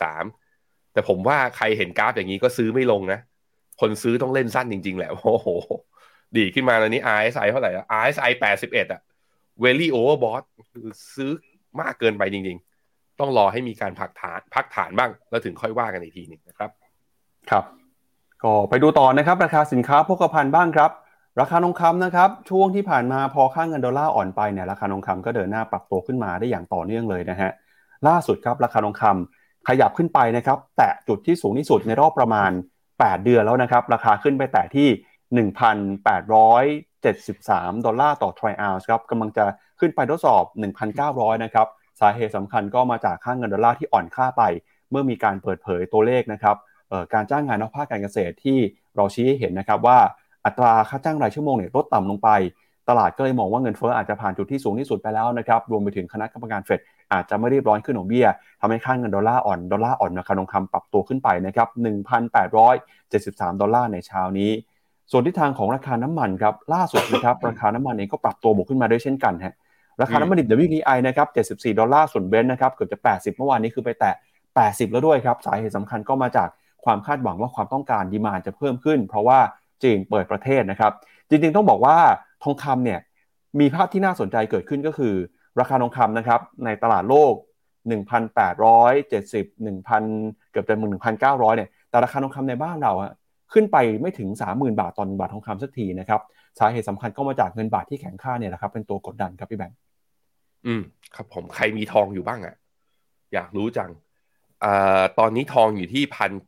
73แต่ผมว่าใครเห็นกราฟอย่างนี้ก็ซื้อไม่ลงนะคนซื้อต้องเล่นสั้นจริงๆแหละโอ้โหดีขึ้นมาแล้วนี้ RSI เท่าไหร่อ่ะ RSI 81อ่ะ very overbought คือซื้อมากเกินไปจริงๆต้องรอให้มีการพักฐานบ้างแล้วถึงค่อยว่ากันอีกทีนึงนะครับครับก็ไปดูต่อนะครับราคาสินค้าโภคภัณฑ์บ้างครับราคาทองคำนะครับช่วงที่ผ่านมาพอค่าเงินดอลลาร์อ่อนไปเนี่ยราคาทองคำก็เดินหน้าปรับตัวขึ้นมาได้อย่างต่อเนื่องเลยนะฮะล่าสุดครับราคาทองคำขยับขึ้นไปนะครับแตะจุดที่สูงที่สุดในรอบประมาณ8เดือนแล้วนะครับราคาขึ้นไปแตะที่ 1,873 ดอลลาร์ต่อทรัลล์ครับกำลังจะขึ้นไปทดสอบ 1,900 นะครับสาเหตุสำคัญก็มาจากค่าเงินดอลลาร์ที่อ่อนค่าไปเมื่อมีการเปิดเผยตัวเลขนะครับการจ้างงานนอกภาคการเกษตรที่เราชี้ให้เห็นนะครับว่าอัตราค่าจ้างรายชั่วโมงเนี่ยลดต่ำลงไปตลาดก็เลยมองว่าเงินเฟ้ออาจจะผ่านจุดที่สูงที่สุดไปแล้วนะครับรวมไปถึงคณะกรรมการเฟดอาจจะไม่รีบร้อนขึ้นดอกเบี้ยทำให้ค่าเงินดอลลาร์อ่อนราคาทองคำปรับตัวขึ้นไปนะครับ 1,873 ดอลลาร์ในเช้านี้ส่วนทิศทางของราคาน้ำมันครับล่าสุดนะครับราคาน้ำมันเองก็ปรับตัวบวกขึ้นมาด้วยเช่นกันฮะราคาน้ำมันดิบ WTI นะครับ74ดอลลาร์ส่วนเบรนท์นะครับเกือบจะ80เมื่อวานนี้คือไปแตะ80แล้วด้วยครับสาเหตุสำคัญก็มาจากความคาดหวังว่าความต้องการดีมานด์จะเพิ่มขึ้นเพราะว่าจีนเปิดประเทศนะครับจริงๆต้องบอกว่าทองคำเนี่ยมีภาพที่น่าสนใจเกิดขึ้นก็คือราคาทองคำนะครับในตลาดโลก 1,870 1,000 เกือบจะ 1,900 เนี่ยแต่ราคาทองคำในบ้านเราขึ้นไปไม่ถึง 30,000 บาทต่อ1บาททองคำสักทีนะครับสาเหตุสำคัญก็มาจากเงินบาทที่แข็งค่าเนี่ยแหละครับเป็นตัวกดดันครับพี่แบงค์ครับผมใครมีทองอยู่บ้างอยากรู้จังตอนนี้ทองอยู่ที่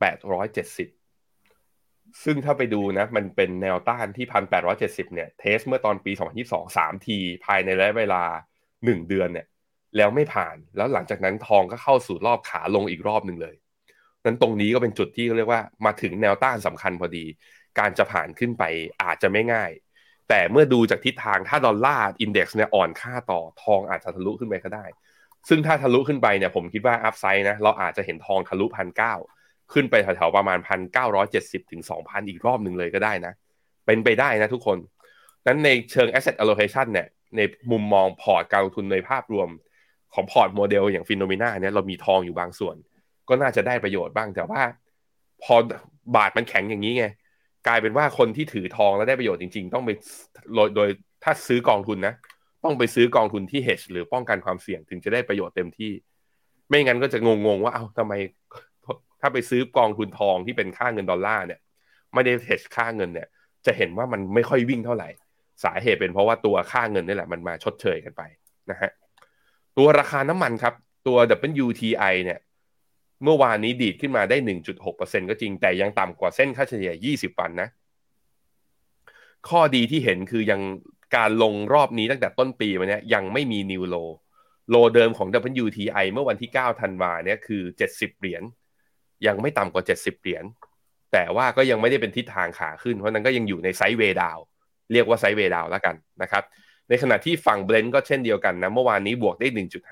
1,870 ซึ่งถ้าไปดูนะมันเป็นแนวต้านที่ 1,870 เนี่ยเทสเมื่อตอนปี 2022 3 ทีภายในระยะเวลา1เดือนเนี่ยแล้วไม่ผ่านแล้วหลังจากนั้นทองก็เข้าสู่รอบขาลงอีกรอบหนึ่งเลยนั้นตรงนี้ก็เป็นจุดที่เรียกว่ามาถึงแนวต้านสำคัญพอดีการจะผ่านขึ้นไปอาจจะไม่ง่ายแต่เมื่อดูจากทิศทางถ้าดอลลาร์อินเด็กซ์เนี่ยอ่อนค่าต่อทองอาจจะทะลุขึ้นไปก็ได้ซึ่งถ้าทะลุขึ้นไปเนี่ยผมคิดว่าอัพไซด์นะเราอาจจะเห็นทองทะลุ 1,900 ขึ้นไปแถวๆประมาณ 1,970 ถึง 2,000 อีกรอบหนึ่งเลยก็ได้นะเป็นไปได้นะทุกคนนั้นในเชิง asset allocation เนี่ยในมุมมองพอร์ตการลงทุนในภาพรวมของพอร์ตโมเดลอย่างฟิโนเมนาเนี่ยเรามีทองอยู่บางส่วนก็น่าจะได้ประโยชน์บ้างแต่ว่าพอบาทมันแข็งอย่างนี้ไงกลายเป็นว่าคนที่ถือทองแล้วได้ประโยชน์จริงๆต้องไปโดยถ้าซื้อกองทุนนะต้องไปซื้อกองทุนที่ hedge หรือป้องกันความเสี่ยงถึงจะได้ประโยชน์เต็มที่ไม่งั้นก็จะงงๆว่าเอ้าทำไมถ้าไปซื้อกองทุนทองที่เป็นค่าเงินดอลลาร์เนี่ยไม่ได้ hedge ค่าเงินเนี่ยจะเห็นว่ามันไม่ค่อยวิ่งเท่าไหร่สาเหตุเป็นเพราะว่าตัวค่าเงินนี่แหละมันมาชดเชยกันไปนะฮะตัวราคาน้ำมันครับตัว WTI เนี่ยเมื่อวานนี้ดีดขึ้นมาได้ 1.6% ก็จริงแต่ยังต่ำกว่าเส้นค่าเฉลี่ย20วันนะข้อดีที่เห็นคือยังการลงรอบนี้ตั้งแต่ต้นปีมาเนี่ยยังไม่มีนิวโลเดิมของ WTI เมื่อวันที่9ธันวาเนี่ยคือ70เหรียญยังไม่ต่ำกว่า70เหรียญแต่ว่าก็ยังไม่ได้เป็นทิศทางขาขึ้นเพราะนั้นก็ยังอยู่ในไซด์เวย์ดาวเรียกว่าไซด์เวย์ดาวแล้วกันนะครับในขณะที่ฝั่งเบรนท์ก็เช่นเดียวกันนะเมื่อวานนี้บวกได้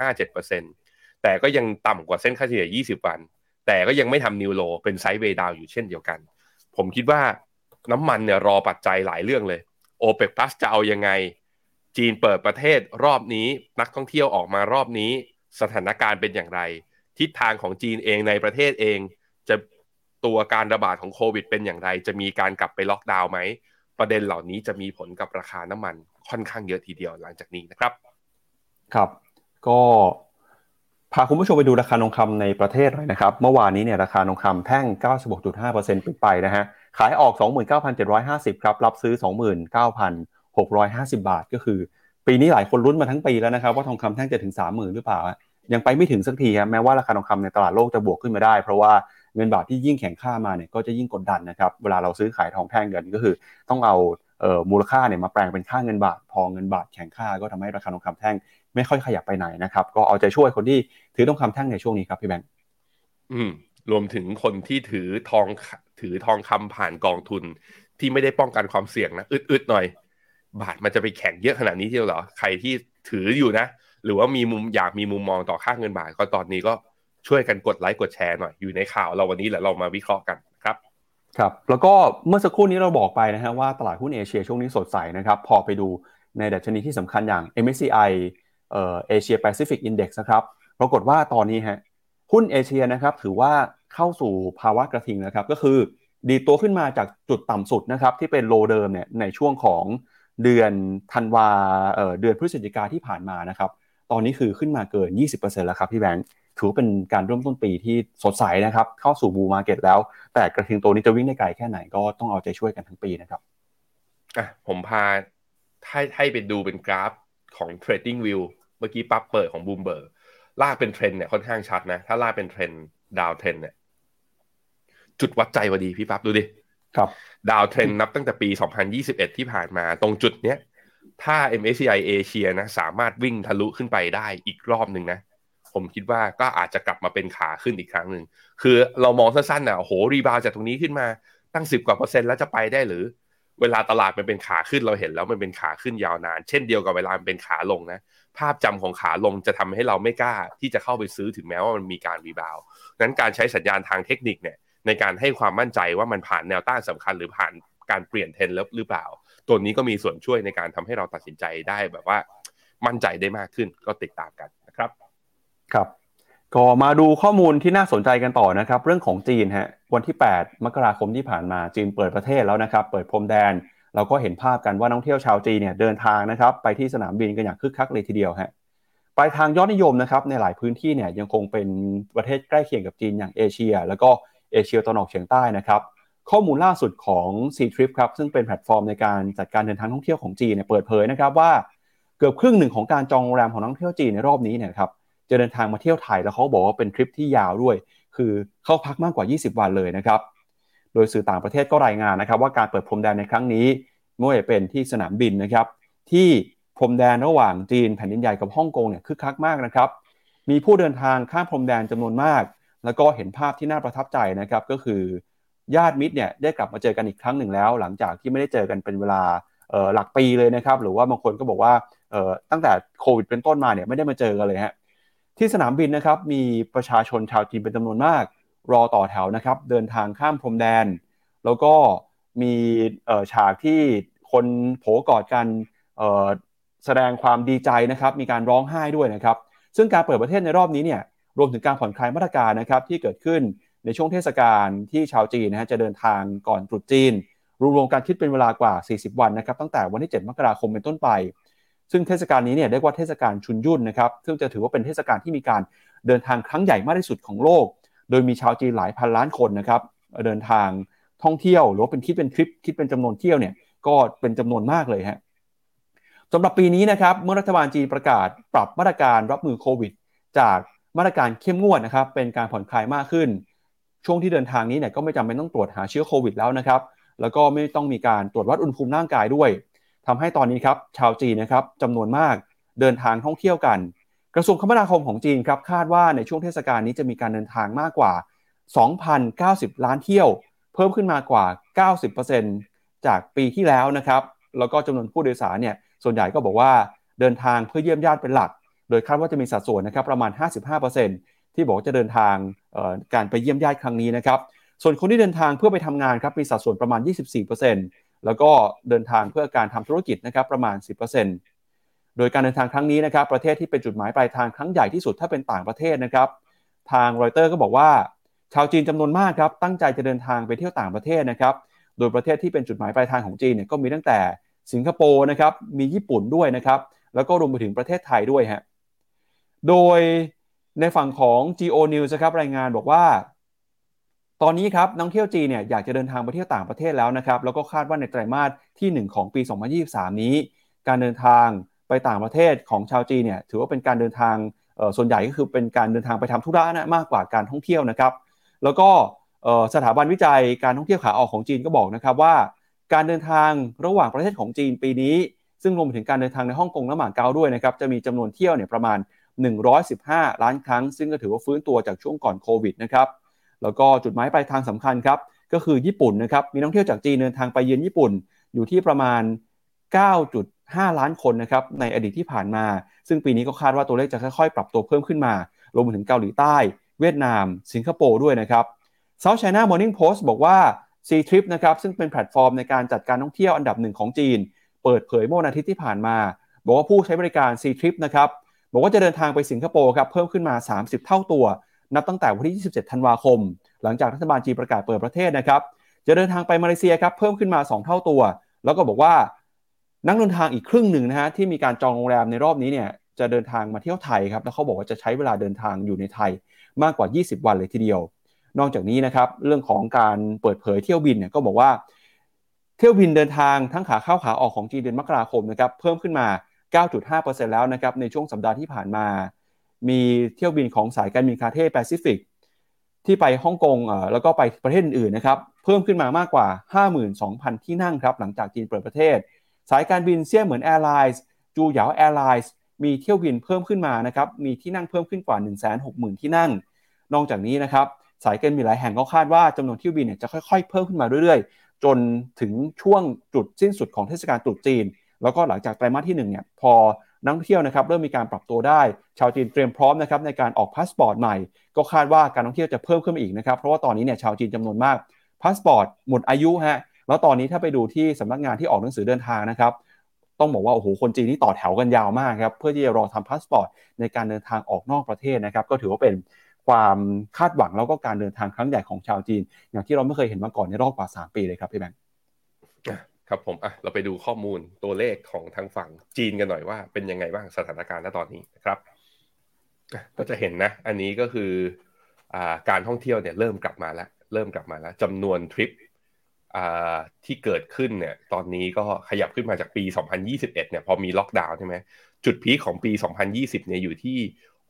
1.57% แต่ก็ยังต่ำกว่าเส้นค่าเฉลี่ย20วันแต่ก็ยังไม่ทำนิวโลเป็นไซด์เวย์ดาวอยู่เช่นเดียวกันผมคิดว่าน้ำมันเนี่ยรอปัจจัยหลายเรื่องเลย OPEC Plus จะเอายังไงจีนเปิดประเทศรอบนี้นักท่องเที่ยวออกมารอบนี้สถานการณ์เป็นอย่างไรทิศทางของจีนเองในประเทศเองจะตัวการระบาดของโควิดเป็นอย่างไรจะมีการกลับไปล็อกดาวน์ไหมประเด็นเหล่านี้จะมีผลกับราคาน้ำมันค่อนข้างเยอะทีเดียวหลังจากนี้นะครับครับก็พาคุณผู้ชมไปดูราคาทองคำในประเทศหน่อยนะครับเมื่อวานนี้เนี่ยราคาทองคำแท่ง 96.5% ปิดไปนะฮะขายออก 29,750 ครับรับซื้อ 29,650 บาทก็คือปีนี้หลายคนลุ้นมาทั้งปีแล้วนะครับว่าทองคำแท่งจะถึง 30,000 หรือเปล่ายังไปไม่ถึงสักทีครับแม้ว่าราคาทองคำในตลาดโลกจะบวกขึ้นมาได้เพราะว่าเงินบาทที่ยิ่งแข็งค่ามาเนี่ยก็จะยิ่งกดดันนะครับเวลาเราซื้อขายทองแท่งกันก็คือต้องเอามูลค่าเนี่ยมาแปลงเป็นค่าเงินบาทพอเงินบาทแข็งค่าก็ทำให้ราคาทองคำแท่งไม่ค่อยขยับไปไหนนะครับก็เอาใจช่วยคนที่ถือทองคำแท่งในช่วงนี้ครับพี่แบงค์รวมถึงคนที่ถือทองคำผ่านกองทุนที่ไม่ได้ป้องกันความเสี่ยงนะอึดๆหน่อยบาทมันจะไปแข็งเยอะขนาดนี้ทีเดียวเหรอใครที่ถืออยู่นะหรือว่าอยากมีมุมมองต่อค่าเงินบาทก็ตอนนี้ก็ช่วยกันกดไลค์กดแชร์หน่อยอยู่ในข่าวเราวันนี้แหละเรามาวิเคราะห์กันครับครับแล้วก็เมื่อสักครู่นี้เราบอกไปนะฮะว่าตลาดหุ้นเอเชียช่วงนี้สดใสนะครับพอไปดูในดัชนีที่สำคัญอย่าง MSCI Asia Pacific Index นะครับปรากฏว่าตอนนี้ฮะหุ้นเอเชียนะครับถือว่าเข้าสู่ภาวะกระทิงนะครับก็คือดีดตัวขึ้นมาจากจุดต่ำสุดนะครับที่เป็นโลเดิมเนี่ยในช่วงของเดือนธันวาเดือนพฤศจิกาที่ผ่านมานะครับตอนนี้คือขึ้นมาเกิน 20% แล้วครับพี่แบงค์ถือเป็นการเริ่มต้นปีที่สดใสนะครับเข้าสู่บูมมาร์เก็ตแล้วแต่กระทิงตัวนี้จะวิ่งได้ไกลแค่ไหนก็ต้องเอาใจช่วยกันทั้งปีนะครับผมพาให้ไปดูเป็นกราฟของ Trading View เมื่อกี้ปั๊บเปิดของ Bloomberg ลากเป็นเทรนเนี่ยค่อนข้างชัดนะถ้าลากเป็นเทรนดาวเทรนเนี่ยจุดวัดใจพอดีพี่ปั๊บดูดิครับดาวเทรนนับตั้งแต่ปี2021ที่ผ่านมาตรงจุดเนี้ยถ้า MSCI Asia นะสามารถวิ่งทะลุขึ้นไปได้อีกรอบหนึ่งนะผมคิดว่าก็อาจจะกลับมาเป็นขาขึ้นอีกครั้งหนึ่งคือเรามองสั้นๆนะโอ้โหรีบาวจากตรงนี้ขึ้นมาตั้ง10 กว่า%แล้วจะไปได้หรือเวลาตลาดมันเป็นขาขึ้นเราเห็นแล้วมันเป็นขาขึ้นยาวนานเช่นเดียวกับเวลามันเป็นขาลงนะภาพจำของขาลงจะทำให้เราไม่กล้าที่จะเข้าไปซื้อถึงแม้ว่ามันมีการรีบาวงั้นการใช้สัญญาณทางเทคนิคเนี่ยในการให้ความมั่นใจว่ามันผ่านแนวต้านสำคัญหรือผ่านการเปลี่ยนเทรนด์หรือเปล่าตัวนี้ก็มีส่วนช่วยในการทำให้เราตัดสินใจได้แบบว่ามั่นใจได้มากขึ้นก็ติดตามกันนะครับครับก็มาดูข้อมูลที่น่าสนใจกันต่อนะครับเรื่องของจีนฮะวันที่8 มกราคมที่ผ่านมาจีนเปิดประเทศแล้วนะครับเปิดพรมแดนเราก็เห็นภาพกันว่านักท่องเที่ยวชาวจีนเนี่ยเดินทางนะครับไปที่สนามบินกันอย่างคึกคักเลยทีเดียวฮะปลายทางยอดนิยมนะครับในหลายพื้นที่เนี่ยยังคงเป็นประเทศใกล้เคียงกับจีนอย่างเอเชียแล้วก็เอเชียตะวันออกเฉียงใต้นะครับข้อมูลล่าสุดของ Ctrip ครับซึ่งเป็นแพลตฟอร์มในการจัดการเดินทางท่องเที่ยวของจีนเนี่ยเปิดเผยนะครับว่าเกือบครึ่งหนึ่งของการจองโรงแรมของนักท่องเที่ยวจีนในรอบนี้เนี่ยครับจะเดินทางมาเที่ยวไทยแล้วเขาบอกว่าเป็นทริปที่ยาวด้วยคือเข้าพักมากกว่า20วันเลยนะครับโดยสื่อต่างประเทศก็รายงานนะครับว่าการเปิดพรมแดนในครั้งนี้ไม่ว่าจะเป็นที่สนามบินนะครับที่พรมแดนระหว่างจีนแผ่นดินใหญ่กับฮ่องกงเนี่ยคึกคักมากนะครับมีผู้เดินทางข้ามพรมแดนจำนวนมากแล้วก็เห็นภาพที่น่าประทับใจนะครับก็คือญาติมิตรเนี่ยได้กลับมาเจอกันอีกครั้งหนึ่งแล้วหลังจากที่ไม่ได้เจอกันเป็นเวลาหลักปีเลยนะครับหรือว่าบางคนก็บอกว่าตั้งแต่โควิดเป็นต้นมาเนี่ยไม่ได้มาเจอกันเลยฮะที่สนามบินนะครับมีประชาชนชาวจีนเป็นจำนวนมากรอต่อแถวนะครับเดินทางข้ามพรมแดนแล้วก็มีฉากที่คนโผกอดกันแสดงความดีใจนะครับมีการร้องไห้ด้วยนะครับซึ่งการเปิดประเทศในรอบนี้เนี่ยรวมถึงการผ่อนคลายมาตรการนะครับที่เกิดขึ้นในช่วงเทศกาลที่ชาวจีนนะฮะจะเดินทางก่อนตรุษจีนรวมการคิดเป็นเวลากว่า40วันนะครับตั้งแต่วันที่7มกราคมเป็นต้นไปซึ่งเทศกาลนี้เนี่ยเรียกว่าเทศกาลชุนยุ่นนะครับซึ่งจะถือว่าเป็นเทศกาลที่มีการเดินทางครั้งใหญ่มากที่สุดของโลกโดยมีชาวจีนหลายพันล้านคนนะครับเดินทางท่องเที่ยวหรือว่าเป็นคิดเป็นทริปคิดเป็นจำนวนเที่ยวเนี่ยก็เป็นจำนวนมากเลยฮะสำหรับปีนี้นะครับเมื่อรัฐบาลจีนประกาศปรับมาตรการรับมือโควิดจากมาตรการเข้มงวดนะครับเป็นการผ่อนคลายมากขึ้นช่วงที่เดินทางนี้เนี่ยก็ไม่จำเป็นต้องตรวจหาเชื้อโควิดแล้วนะครับแล้วก็ไม่ต้องมีการตรวจวัดอุณหภูมิร่างกายด้วยทำให้ตอนนี้ครับชาวจีนนะครับจำนวนมากเดินทางท่องเที่ยวกันกระทรวงคมนาคมของจีนครับคาดว่าในช่วงเทศกาลนี้จะมีการเดินทางมากกว่า 2,090 ล้านเที่ยวเพิ่มขึ้นมากว่า 90% จากปีที่แล้วนะครับแล้วก็จำนวนผู้โดยสารเนี่ยส่วนใหญ่ก็บอกว่าเดินทางเพื่อเยี่ยมญาติเป็นหลักโดยคาดว่าจะมีสัดส่วนนะครับประมาณ 55% ที่บอกจะเดินทางการไปเยี่ยมญาติครั้งนี้นะครับส่วนคนที่เดินทางเพื่อไปทำงานครับมีสัดส่วนประมาณ 24% แล้วก็เดินทางเพื่อการทำธุรกิจนะครับประมาณ 10% โดยการเดินทางครั้งนี้นะครับประเทศที่เป็นจุดหมายปลายทางครั้งใหญ่ที่สุดถ้าเป็นต่างประเทศนะครับทางรอยเตอร์ก็บอกว่าชาวจีนจำนวนมากครับตั้งใจจะเดินทางไปเที่ยวต่างประเทศนะครับโดยประเทศที่เป็นจุดหมายปลายทางของจีนเนี่ยก็มีตั้งแต่สิงคโปร์นะครับมีญี่ปุ่นด้วยนะครับแล้วก็รวมไปถึงประเทศไทยด้วยฮะโดยในฝั่งของ Geo News นะครับรายงานบอกว่าตอนนี้ครับนักท่องเที่ยวจีนเนี่ยอยากจะเดินทางไปเที่ยวต่างประเทศแล้วนะครับแล้วก็คาดว่าในไตรมาสที่1ของปี2023นี้การเดินทางไปต่างประเทศของชาวจีนเนี่ยถือว่าเป็นการเดินทางส่วนใหญ่ก็คือเป็นการเดินทางไปทำธุระนะมากกว่าการท่องเที่ยวนะครับแล้วก็สถาบันวิจัยการท่องเที่ยวขาออกของจีนก็บอกนะครับว่าการเดินทางระหว่างประเทศของจีนปีนี้ซึ่งรวมถึงการเดินทางในฮ่องกงและหม่าเก๊าด้วยนะครับจะมีจำนวนเที่ยวเนี่ยประมาณ115ล้านครั้งซึ่งก็ถือว่าฟื้นตัวจากช่วงก่อนโควิดนะครับแล้วก็จุดหมายปลายทางสำคัญครับก็คือญี่ปุ่นนะครับมีนักท่องเที่ยวจากจีนเดินทางไปเยือนญี่ปุ่นอยู่ที่ประมาณ 9.5 ล้านคนนะครับในอดีตที่ผ่านมาซึ่งปีนี้ก็คาดว่าตัวเลขจะค่อยๆปรับตัวเพิ่มขึ้นมารวมถึงเกาหลีใต้เวียดนามสิงคโปร์ด้วยนะครับ South China Morning Post บอกว่า C-Trip นะครับซึ่งเป็นแพลตฟอร์มในการจัดการท่องเที่ยวอันดับหนึ่งของจีนเปิดเผยเมื่อวันอาทิตย์ที่ผ่านมาบอกว่าผู้ใช้บริการ C-Trip นะครับบอกว่าจะเดินทางไปสิงคโปร์ครับเพิ่มขึ้นมา30เท่าตัวนับตั้งแต่วันที่27ธันวาคมหลังจากรัฐบาลจีนประกาศเปิดประเทศนะครับจะเดินทางไปมาเลเซียครับเพิ่มขึ้นมา2เท่าตัวแล้วก็บอกว่านักเดินทางอีกครึ่งหนึ่งนะฮะที่มีการจองโรงแรมในรอบนี้เนี่ยจะเดินทางมาเที่ยวไทยครับแล้วเขาบอกว่าจะใช้เวลาเดินทางอยู่ในไทยมากกว่า20วันเลยทีเดียวนอกจากนี้นะครับเรื่องของการเปิดเผยเที่ยวบินเนี่ยก็บอกว่าเที่ยวบินเดินทางทั้งขาเข้าขาออกของจีนเดือนมกราคมนะครับเพิ่มขึ้นมา 9.5% แล้วนะครับในช่วงสัปดาห์ที่ผ่านมามีเที่ยวบินของสายการบินคาเท่แปซิฟิกที่ไปฮ่องกงแล้วก็ไปประเทศอื่นๆนะครับเพิ่มขึ้นมามากกว่า 52,000 ที่นั่งครับหลังจากจีนเปิดประเทศสายการบินเซี่ยเหมินแอร์ไลน์จูเหยาแอร์ไลน์มีเที่ยวบินเพิ่มขึ้นมานะครับมีที่นั่งเพิ่มขึ้นกว่า 160,000 ที่นั่งนอกจากนี้นะครับสายการบินหลายแห่งก็คาดว่าจำนวนเที่ยวบินเนี่ยจะค่อยๆเพิ่มขึ้นมาเรื่อยๆจนถึงช่วงจุดสิ้นสุดของเทศกาลตรุษจีนแล้วก็หลังจากไตรมาสที่1เนี่ยพอนักท่องเที่ยวนะครับเริ่มมีการปรับตัวได้ชาวจีนเตรียมพร้อมนะครับในการออกพาสปอร์ตใหม่ก็คาดว่าการท่องเที่ยวจะเพิ่มขึ้นมาอีกนะครับเพราะว่าตอนนี้เนี่ยชาวจีนจำนวนมากพาสปอร์ตหมดอายุฮะแล้วตอนนี้ถ้าไปดูที่สำนักงานที่ออกหนังสือเดินทางนะครับต้องบอกว่าโอ้โหคนจีนที่ต่อแถวกันยาวมากครับเพื่อที่จะรอทำพาสปอร์ตในการเดินทางออกนอกประเทศนะครับก็ถือว่าเป็นความคาดหวังแล้วก็การเดินทางครั้งใหญ่ของชาวจีนอย่างที่เราไม่เคยเห็นมาก่อนในรอบกว่า3ปีเลยครับพี่แบงค์ครับผมเราไปดูข้อมูลตัวเลขของทางฝั่งจีนกันหน่อยว่าเป็นยังไงบ้างสถานการณ์ณตอนนี้นะครับก็จะเห็นนะอันนี้ก็คือการท่องเที่ยวเนี่ยเริ่มกลับมาแล้วจำนวนทริปที่เกิดขึ้นเนี่ยตอนนี้ก็ขยับขึ้นมาจากปี2021เนี่ยพอมีล็อกดาวน์ใช่ไหมจุดพีคของปี2020เนี่ยอยู่ที่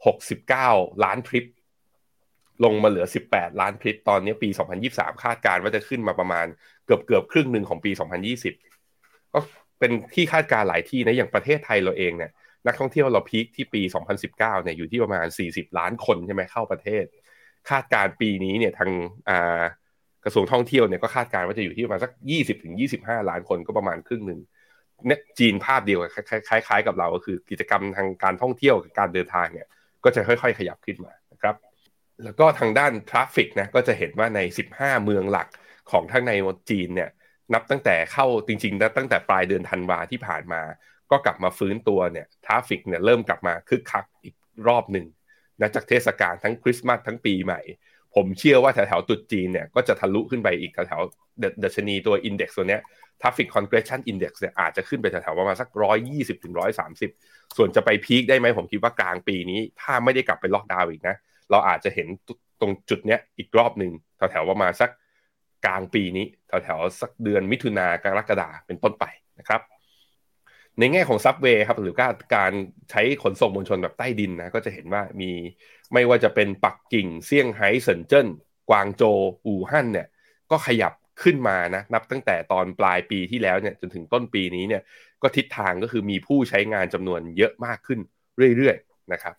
69ล้านทริปลงมาเหลือ18ล้านทริปตอนนี้ปี2023คาดการณ์ว่าจะขึ้นมาประมาณเกือบครึ่งนึงของปี2020ก็เป็นที่คาดการณ์หลายที่นะอย่างประเทศไทยเราเองเนี่ยนักท่องเที่ยวเราพีคที่ปี2019เนี่ยอยู่ที่ประมาณ40ล้านคนใช่ไหมเข้าประเทศคาดการณ์ปีนี้เนี่ยทางกระทรวงท่องเที่ยวเนี่ยก็คาดการณ์ว่าจะอยู่ที่ประมาณสัก20-25ล้านคนก็ประมาณครึ่งหนึ่งเนี่ยจีนภาพเดียวคล้ายๆกับเราก็คือกิจกรรมทางการท่องเที่ยวกับการเดินทางเนี่ยก็จะค่อยๆขยับขึ้นมานะครับแล้วก็ทางด้านทราฟฟิกนะก็จะเห็นว่าใน15เมืองหลักของทั้งในจีนเนี่ยนับตั้งแต่เข้าจริงๆนะตั้งแต่ปลายเดือนธันวาที่ผ่านมาก็กลับมาฟื้นตัวเนี่ยทราฟฟิกเนี่ยเริ่มกลับมาคึกคักอีกรอบหนึ่งนะจากเทศกาลทั้งคริสต์มาสทั้งปีใหม่ผมเชื่อว่าแถวๆตรุษจีนเนี่ยก็จะทะลุขึ้นไปอีกแถวๆดัชนีตัว index ตัวเนี้ย Traffic Congestion Index เนี่ยอาจจะขึ้นไปแถวๆประมาณสัก120ถึง130ส่วนจะไปพีคได้ไหมผมคิดว่ากลางปีนี้ถ้าไม่ได้กลับไปล็อกดาวน์อีกนะเราอาจจะเห็นตรงจุดเนี้ยอีกรอบหนึ่งแถวๆประมาณสักกลางปีนี้แถวๆสักเดือนมิถุนากรกฎาเป็นต้นไปนะครับในแง่ของซับเวย์ครับหรือการใช้ขนส่งมวลชนแบบใต้ดินนะก็จะเห็นว่ามีไม่ว่าจะเป็นปักกิ่งเซี่ยงไฮ้เซินเจิ้นกวางโจวอู่ฮั่นเนี่ยก็ขยับขึ้นมานะนับตั้งแต่ตอนปลายปีที่แล้วเนี่ยจนถึงต้นปีนี้เนี่ยก็ทิศทางก็คือมีผู้ใช้งานจำนวนเยอะมากขึ้นเรื่อยๆนะครับ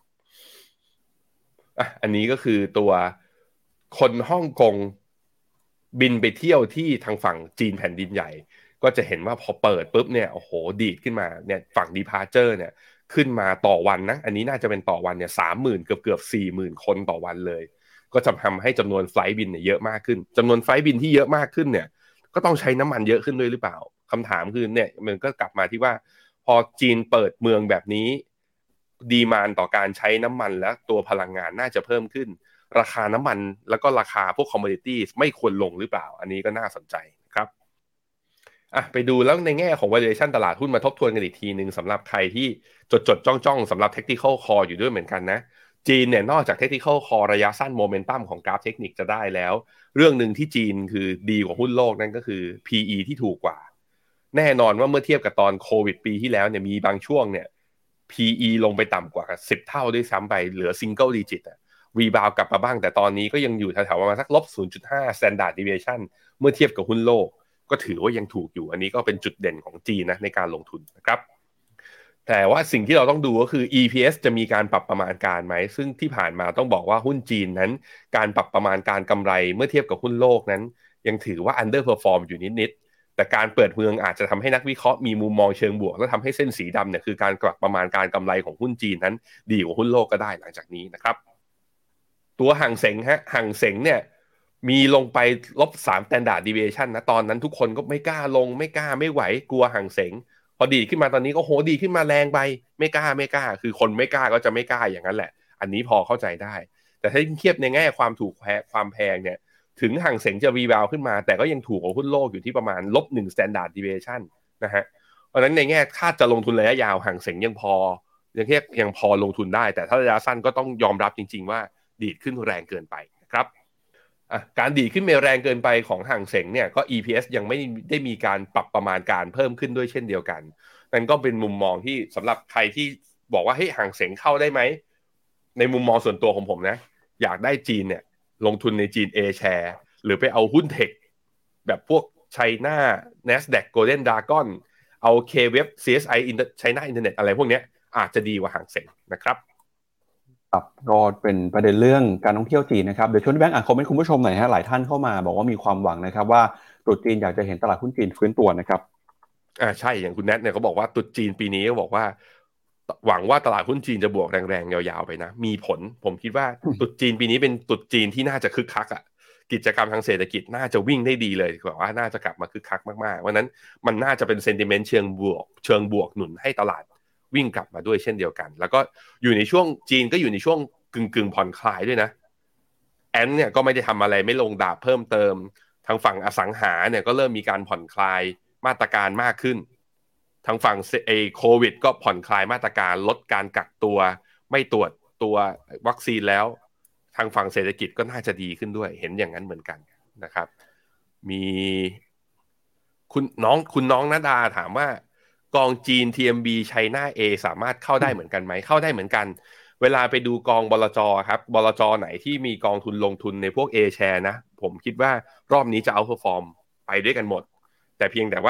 อันนี้ก็คือตัวคนฮ่องกงบินไปเที่ยวที่ทางฝั่งจีนแผ่นดินใหญ่ก็จะเห็นว่าพอเปิดปุ๊บเนี่ยโอ้โหดีดขึ้นมาเนี่ยฝั่ง Departure เนี่ยขึ้นมาต่อวันนะอันนี้น่าจะเป็นต่อวันเนี่ย30,000เกือบ40,000คนต่อวันเลยก็จะทำให้จำนวนไฟล์บินเนี่ยเยอะมากขึ้นจำนวนไฟล์บินที่เยอะมากขึ้นเนี่ยก็ต้องใช้น้ำมันเยอะขึ้นด้วยหรือเปล่าคำถามคือเนี่ยมันก็กลับมาที่ว่าพอจีนเปิดเมืองแบบนี้ดีมานด์ต่อการใช้น้ำมันและตัวพลังงานน่าจะเพิ่มขึ้นราคาน้ำมันแล้วก็ราคาพวกคอมมูนิตี้ไม่ควรลงหรือเปล่าอันนี้ก็น่าสนใจครับไปดูแล้วในแง่ของ valuation ตลาดหุ้นมาทบทวนกันอีกทีนึงสำหรับใครที่จดจ้องสำหรับ technical call อยู่ด้วยเหมือนกันนะจีนเนี่ยนอกจาก technical call ระยะสั้นโมเมนตัมของกราฟเทคนิคจะได้แล้วเรื่องหนึ่งที่จีนคือดีกว่าหุ้นโลกนั่นก็คือ PE ที่ถูกกว่าแน่นอนว่าเมื่อเทียบกับตอนโควิดปีที่แล้วเนี่ยมีบางช่วงเนี่ย PE ลงไปต่ำกว่า10เท่าด้วยซ้ำไปเหลือ single digit รีบาวกลับมาบ้างแต่ตอนนี้ก็ยังอยู่แถวๆประมาณสักลบ 0.5 standard deviation เมื่อเทียบกับหุ้นโลกก็ถือว่ายังถูกอยู่อันนี้ก็เป็นจุดเด่นของจีนนะในการลงทุนนะครับแต่ว่าสิ่งที่เราต้องดูก็คือ EPS จะมีการปรับประมาณการไหมซึ่งที่ผ่านมาต้องบอกว่าหุ้นจีนนั้นการปรับประมาณการกำไรเมื่อเทียบกับหุ้นโลกนั้นยังถือว่า underperform อยู่นิดๆแต่การเปิดเมืองอาจจะทำให้นักวิเคราะห์มีมุมมองเชิงบวกและทำให้เส้นสีดำเนี่ยคือการปรับประมาณการกำไรของหุ้นจีนนั้นดีกว่าหุ้นโลกก็ได้หลังจากนี้นะครับตัวห่างเส็งห่างเส็งเนี่ยมีลงไปลบ3 standard deviation นะตอนนั้นทุกคนก็ไม่กล้าลงไม่กล้าไม่ไหวกลัวห่างเส็งพอดีขึ้นมาตอนนี้ก็โหดีขึ้นมาแรงไปไม่กล้าคือคนไม่กล้าก็จะไม่กล้าอย่างนั้นแหละอันนี้พอเข้าใจได้แต่ถ้าเทียบในแง่ความถูกความแพงเนี่ยถึงห่างเส็งจะรีบาวขึ้นมาแต่ก็ยังถูกกว่าหุ้นโลกอยู่ที่ประมาณลบ1 standard deviation นะฮะเพราะฉะนั้นในแง่ถ้าจะลงทุนระยะยาวห่างเส็งยังพอลงทุนได้แต่ถ้าระยะสั้นก็ต้องยอมรับจริงๆว่าดีดขึ้นแรงเกินไปนะครับการดีดขึ้นแรงเกินไปของห่างเส็งเนี่ยก็ EPS ยังไม่ได้มีการปรับประมาณการเพิ่มขึ้นด้วยเช่นเดียวกันนั่นก็เป็นมุมมองที่สำหรับใครที่บอกว่าเฮ้ยห่างเส็งเข้าได้ไหมในมุมมองส่วนตัวของผมนะอยากได้จีนเนี่ยลงทุนในจีน A share หรือไปเอาหุ้นเทคแบบพวก China Nasdaq Golden Dragon เอา K-Web CSI China Internet อะไรพวกนี้อาจจะดีกว่าห่างเส็งนะครับก็เป็นประเด็นเรื่องการท่องเที่ยวจีนนะครับเดี๋ยวชวนพี่แบงค์อ่านคอมเมนต์คุณผู้ชมหน่อยฮะหลายท่านเข้ามาบอกว่ามีความหวังนะครับว่าตรุษจีนอยากจะเห็นตลาดหุ้นจีนฟื้นตัวนะครับใช่อย่างคุณแนทเนี่ยเขาบอกว่าตรุษจีนปีนี้ก็บอกว่าหวังว่าตลาดหุ้นจีนจะบวกแรงๆยาวๆไปนะมีผลผมคิดว่าตรุษจีนปีนี้เป็นตรุษจีนที่น่าจะคึกคักกิจกรรมทางเศรษฐกิจน่าจะวิ่งได้ดีเลยแบบว่าน่าจะกลับมาคึกคักมากๆเพราะนั้นมันน่าจะเป็นเซนติเมนต์เชิงบวกหนุนให้ตลาดวิ่งกลับมาด้วยเช่นเดียวกันแล้วก็อยู่ในช่วงจีนก็อยู่ในช่วงกึ่งผ่อนคลายด้วยนะแอนเนี่ยก็ไม่ได้ทำอะไรไม่ลงดาบเพิ่มเติมทางฝั่งอสังหาเนี่ยก็เริ่มมีการผ่อนคลายมาตรการมากขึ้นทางฝั่งโควิดก็ผ่อนคลายมาตรการลดการกักตัวไม่ตรวจตัววัคซีนแล้วทางฝั่งเศรษฐกิจก็น่าจะดีขึ้นด้วยเห็นอย่างนั้นเหมือนกันนะครับมีคุณน้องณดาถามว่ากองจีน TMB China A สามารถเข้าได้เหมือนกันไหมเข้าได้เหมือนกันเวลาไปดูกองบลจ.ครับบลจ.ไหนที่มีกองทุนลงทุนในพวก A share นะผมคิดว่ารอบนี้จะเอาเพอร์ฟอร์มไปด้วยกันหมดแต่เพียงแต่ว่า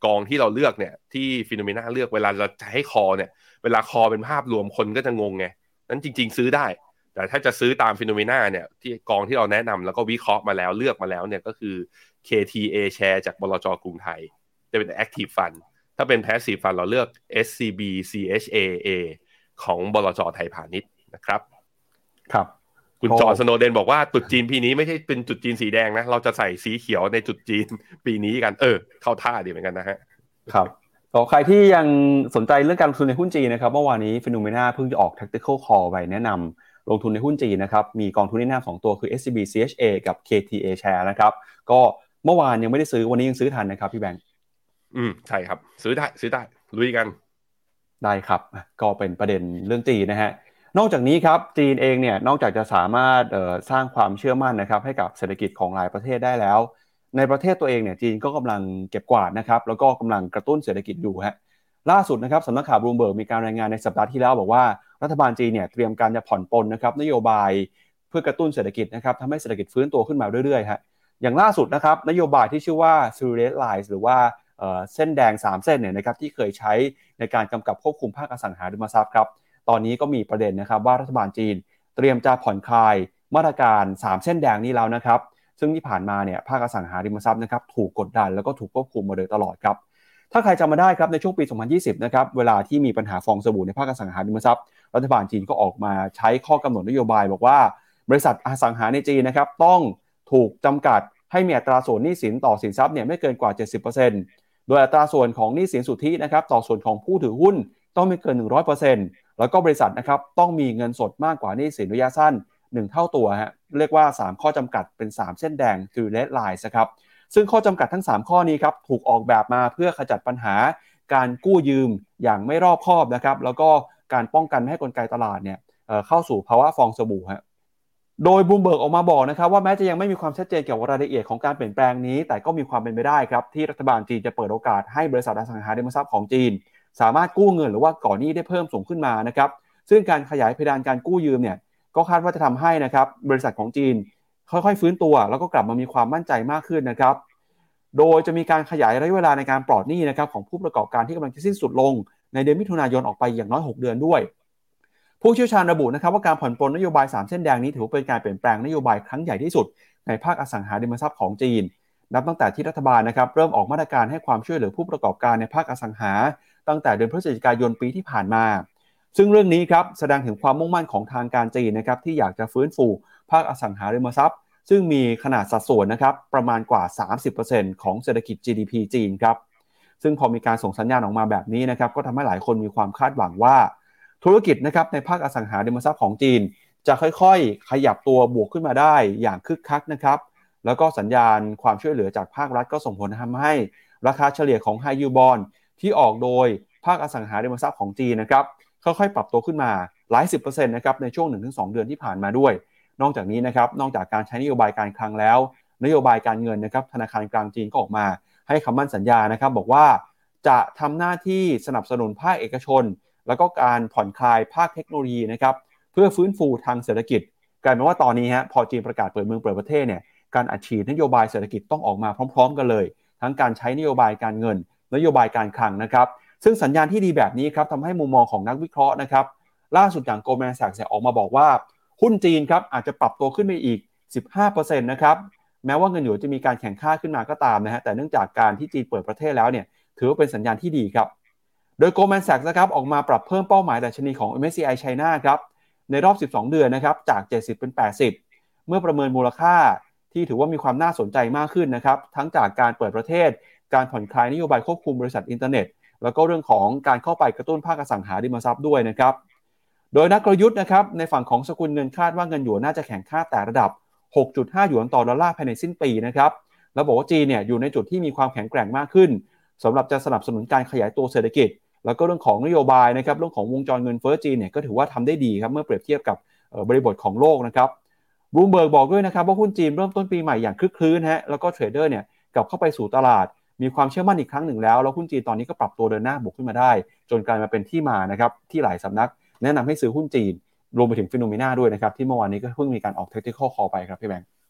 กองที่เราเลือกเนี่ยที่ฟิโนเมนาเลือกเวลาเราจะให้คอเนี่ยเวลาคอเป็นภาพรวมคนก็จะงงไงนั้นจริงๆซื้อได้แต่ถ้าจะซื้อตามฟิโนเมนาเนี่ยที่กองที่เราแนะนำแล้วก็วิเคราะห์มาแล้วเลือกมาแล้วเนี่ยก็คือ KTA Share จากบลจ.กรุงไทยจะเป็น Active Fund ถ้าเป็น Passive Fund เราเลือก SCB CHAA ของบลจ.ไทยพาณิชย์นะครับครับคุณจอห์นสโนเดนบอกว่าตรุษจีนปีนี้ไม่ใช่เป็นตรุษจีนสีแดงนะเราจะใส่สีเขียวในตรุษจีนปีนี้กันเข้าท่าดีเหมือนกันนะฮะครับก็ใครที่ยังสนใจเรื่องการลงทุนในหุ้นจีนนะครับเมื่อวานนี้ฟิโนเมนาเพิ่งจะออก Tactical Call ไปแนะนำลงทุนในหุ้นจีนนะครับมีกองทุนแนะนำ2ตัวคือ SCB CHA กับ KTA Share นะครับก็เมื่อวานยังไม่ได้ซื้อวันนี้ยังซื้อทันนะครับพี่แบงค์ใช่ครับซื้อได้ลุยกันได้ครับก็เป็นประเด็นเรื่องจีนนะฮะนอกจากนี้ครับจีนเองเนี่ยนอกจากจะสามารถสร้างความเชื่อมั่นนะครับให้กับเศรษฐกิจของหลายประเทศได้แล้วในประเทศตัวเองเนี่ยจีนก็กำลังเก็บกวาดนะครับแล้วก็กำลังกระตุ้นเศรษฐกิจอยู่ฮะล่าสุดนะครับสำนักข่าวบลูมเบิร์กมีการรายงานในสัปดาห์ที่แล้วบอกว่ารัฐบาลจีนเนี่ยเตรียมการจะผ่อนปลนนะครับนโยบายเพื่อกระตุ้นเศรษฐกิจนะครับทำให้เศรษฐกิจฟื้นตัวขึ้นมาเรื่อยๆฮะอย่างล่าสุดนะครับนโยบายที่ชื่อว่า Three Red Lines หรือว่าเส้นแดง3เส้นเนี่ยนะครับที่เคยใช้ในการกำกับควบคุมภาคอสังหาริมทรัพย์ครับตอนนี้ก็มีประเด็นนะครับว่ารัฐบาลจีนเตรียมจะผ่อนคลายมาตรการ3เส้นแดงนี้แล้วนะครับซึ่งที่ผ่านมาเนี่ยภาคอสังหาริมทรัพย์นะครับถูกกดดันแล้วก็ถูกควบคุมมาโดยตลอดครับถ้าใครจำมาได้ครับในช่วงปี 2020 นะครับเวลาที่มีปัญหาฟองสบู่ในภาคอสังหาริมทรัพย์รัฐบาลจีนก็ออกมาใช้ข้อกำหนดนโยบายบอกว่าบริษัทอสังหาในจีนนะครับต้องถูกจำกัดให้มีอัตราส่วนหนี้สินต่อสินทรัพย์เนี่ยไม่เกินกว่า 70%โดยอัตราส่วนของหนี้สินสุทธินะครับต่อส่วนของผู้ถือหุ้นต้องไม่เกิน 100%แล้วก็บริษัทนะครับต้องมีเงินสดมากกว่าหนี้สินระยะสั้น1เท่าตัวฮะเรียกว่า3ข้อจำกัดเป็น3เส้นแดงคือ Red Lines นะครับซึ่งข้อจำกัดทั้ง3ข้อนี้ครับถูกออกแบบมาเพื่อขจัดปัญหาการกู้ยืมอย่างไม่รอบคอบนะครับแล้วก็การป้องกันไม่ให้กลไกตลาดเนี่ยเข้าสู่ภาวะฟองสบู่ฮะโดยบลูมเบิร์กออกมาบอกนะครับว่าแม้จะยังไม่มีความชัดเจนเกี่ยวกับรายละเอียดของการเปลี่ยนแปลงนี้แต่ก็มีความเป็นไปได้ครับที่รัฐบาลจีนจะเปิดโอกาสให้บริษัทอสังหาริมทรัพย์ของจีนสามารถกู้เงินหรือว่าก่อหนี้ได้เพิ่มสูงขึ้นมานะครับซึ่งการขยายเพดานการกู้ยืมเนี่ยก็คาดว่าจะทำให้นะครับบริษัทของจีนค่อยๆฟื้นตัวแล้วก็กลับมามีความมั่นใจมากขึ้นนะครับโดยจะมีการขยายระยะเวลาในการปลอดหนี้นะครับของผู้ประกอบการที่กำลังจะสิ้นสุดลงในเดือนมิถุนายนออกไปอย่างน้อย6เดือนด้วยผู้เชี่ยวชาญระบุนะครับว่าการผ่อนปลนนโยบาย3เส้นแดงนี้ถือเป็นการเปลี่ยนแปลงนโยบายครั้งใหญ่ที่สุดในภาคอสังหาริมทรัพย์ของจีนนับตั้งแต่ที่รัฐบาลนะครับเริ่มออกมาตรการให้ความช่วยเหลือผู้ประกอบการในภาคอสังหาตั้งแต่เดือนพฤศจิกายนปีที่ผ่านมาซึ่งเรื่องนี้ครับแสดงถึงความมุ่งมั่นของทางการจีนนะครับที่อยากจะฟื้นฟูภาคอสังหาริมทรัพย์ซึ่งมีขนาดสัดส่วนนะครับประมาณกว่า 30% ของเศรษฐกิจ GDP จีนครับซึ่งพอมีการส่งสัญญาณออกมาแบบนี้นะครับก็ทำให้หลายคนมีความคาดหวังว่าธุรกิจนะครับในภาคอสังหาริมทรัพย์ของจีนจะค่อยๆขยับตัวบวกขึ้นมาได้อย่างคึกคักนะครับแล้วก็สัญญาณความช่วยเหลือจากภาครัฐก็ส่งผลทำให้ราคาเฉลี่ยของ High Yield Bond ที่ออกโดยภาคอสังหาริมทรัพย์ของจีนนะครับค่อยๆปรับตัวขึ้นมาหลาย10%นะครับในช่วง 1-2 เดือนที่ผ่านมาด้วยนอกจากนี้นะครับนอกจากการใช้นโยบายการคลังแล้วนโยบายการเงินนะครับธนาคารกลางจีนก็ออกมาให้คำมั่นสัญญานะครับบอกว่าจะทำหน้าที่สนับสนุนภาคเอกชนแล้วก็การผ่อนคลายภาคเทคโนโลยีนะครับเพื่อฟื้นฟูทางเศรษฐกิจกลายเป็นว่าตอนนี้ฮะพอจีนประกาศเปิดเมืองเปิดประเทศเนี่ยการอัดฉีดนโยบายเศรษฐกิจต้องออกมาพร้อมๆกันเลยทั้งการใช้นโยบายการเงินนโยบายการคลังนะครับซึ่งสัญญาณที่ดีแบบนี้ครับทำให้มุมมองของนักวิเคราะห์นะครับล่าสุดอย่าง Goldman Sachs ออกมาบอกว่าหุ้นจีนครับอาจจะปรับตัวขึ้นไปอีก 15% นะครับแม้ว่าเงินหยวนจะมีการแข่งค่าขึ้นมาก็ตามนะฮะแต่เนื่องจากการที่จีนเปิดประเทศแล้วเนี่ยถือว่าเป็นสัญญาณที่ดีครับโดย Goldman Sachs นะครับออกมาปรับเพิ่มเป้าหมายดัชนีของ MSCI China ครับในรอบ12เดือนนะครับจาก70เป็น80เมื่อประเมินมูลค่าที่ถือว่ามีความน่าสนใจมากขึ้นนะครับทั้งจากการเปิดประเทศการผ่อนคลายนโยบายควบคุมบริษัทอินเทอร์เน็ตแล้วก็เรื่องของการเข้าไปกระตุ้นภาคอสังหาริมทรัพย์ด้วยนะครับโดยนักกลยุทธ์นะครับในฝั่งของสกุลเงินคาดว่าเงินหยวนน่าจะแข่งค่าแต่ระดับ 6.5 หยวนต่อดอลลาร์ภายในสิ้นปีนะครับแล้วบอกว่าจีนเนี่ยอยู่ในจุดที่มีความแข็งแกร่งมากขึ้นสำหรับจะสนับสนุนการขยายตัวเศรษฐกิจแล้วก็เรื่องของนโยบายนะครับเรื่องของวงจรเงินเฟ้อจีนเนี่ยก็ถือว่าทำได้ดีครับเมื่อเปรียบเทียบกับบริบทของโลกนะครับบลูมเบิร์กบอกด้วยนะครับว่าหุ้นจีนเริ่มต้นปีใหม่อย่างคลึกคลื้นฮะแล้วก็เทรดเดอร์เนี่ยกลับเข้าไปสู่ตลาดมีความเชื่อมั่นอีกครั้งหนึ่งแล้วหุ้นจีนตอนนี้ก็ปรับตัวเดินหน้าบวกขึ้นมาได้จนกลายมาเป็นที่มานะครับที่หลายสำนักแนะนำให้ซื้อหุ้นจีนรวมไปถึงฟิโนเมนาด้วยนะครับที่เมื่อวานนี้ก็เพิ่งมีการออก Tactical Call ไปครับพี่แบงค์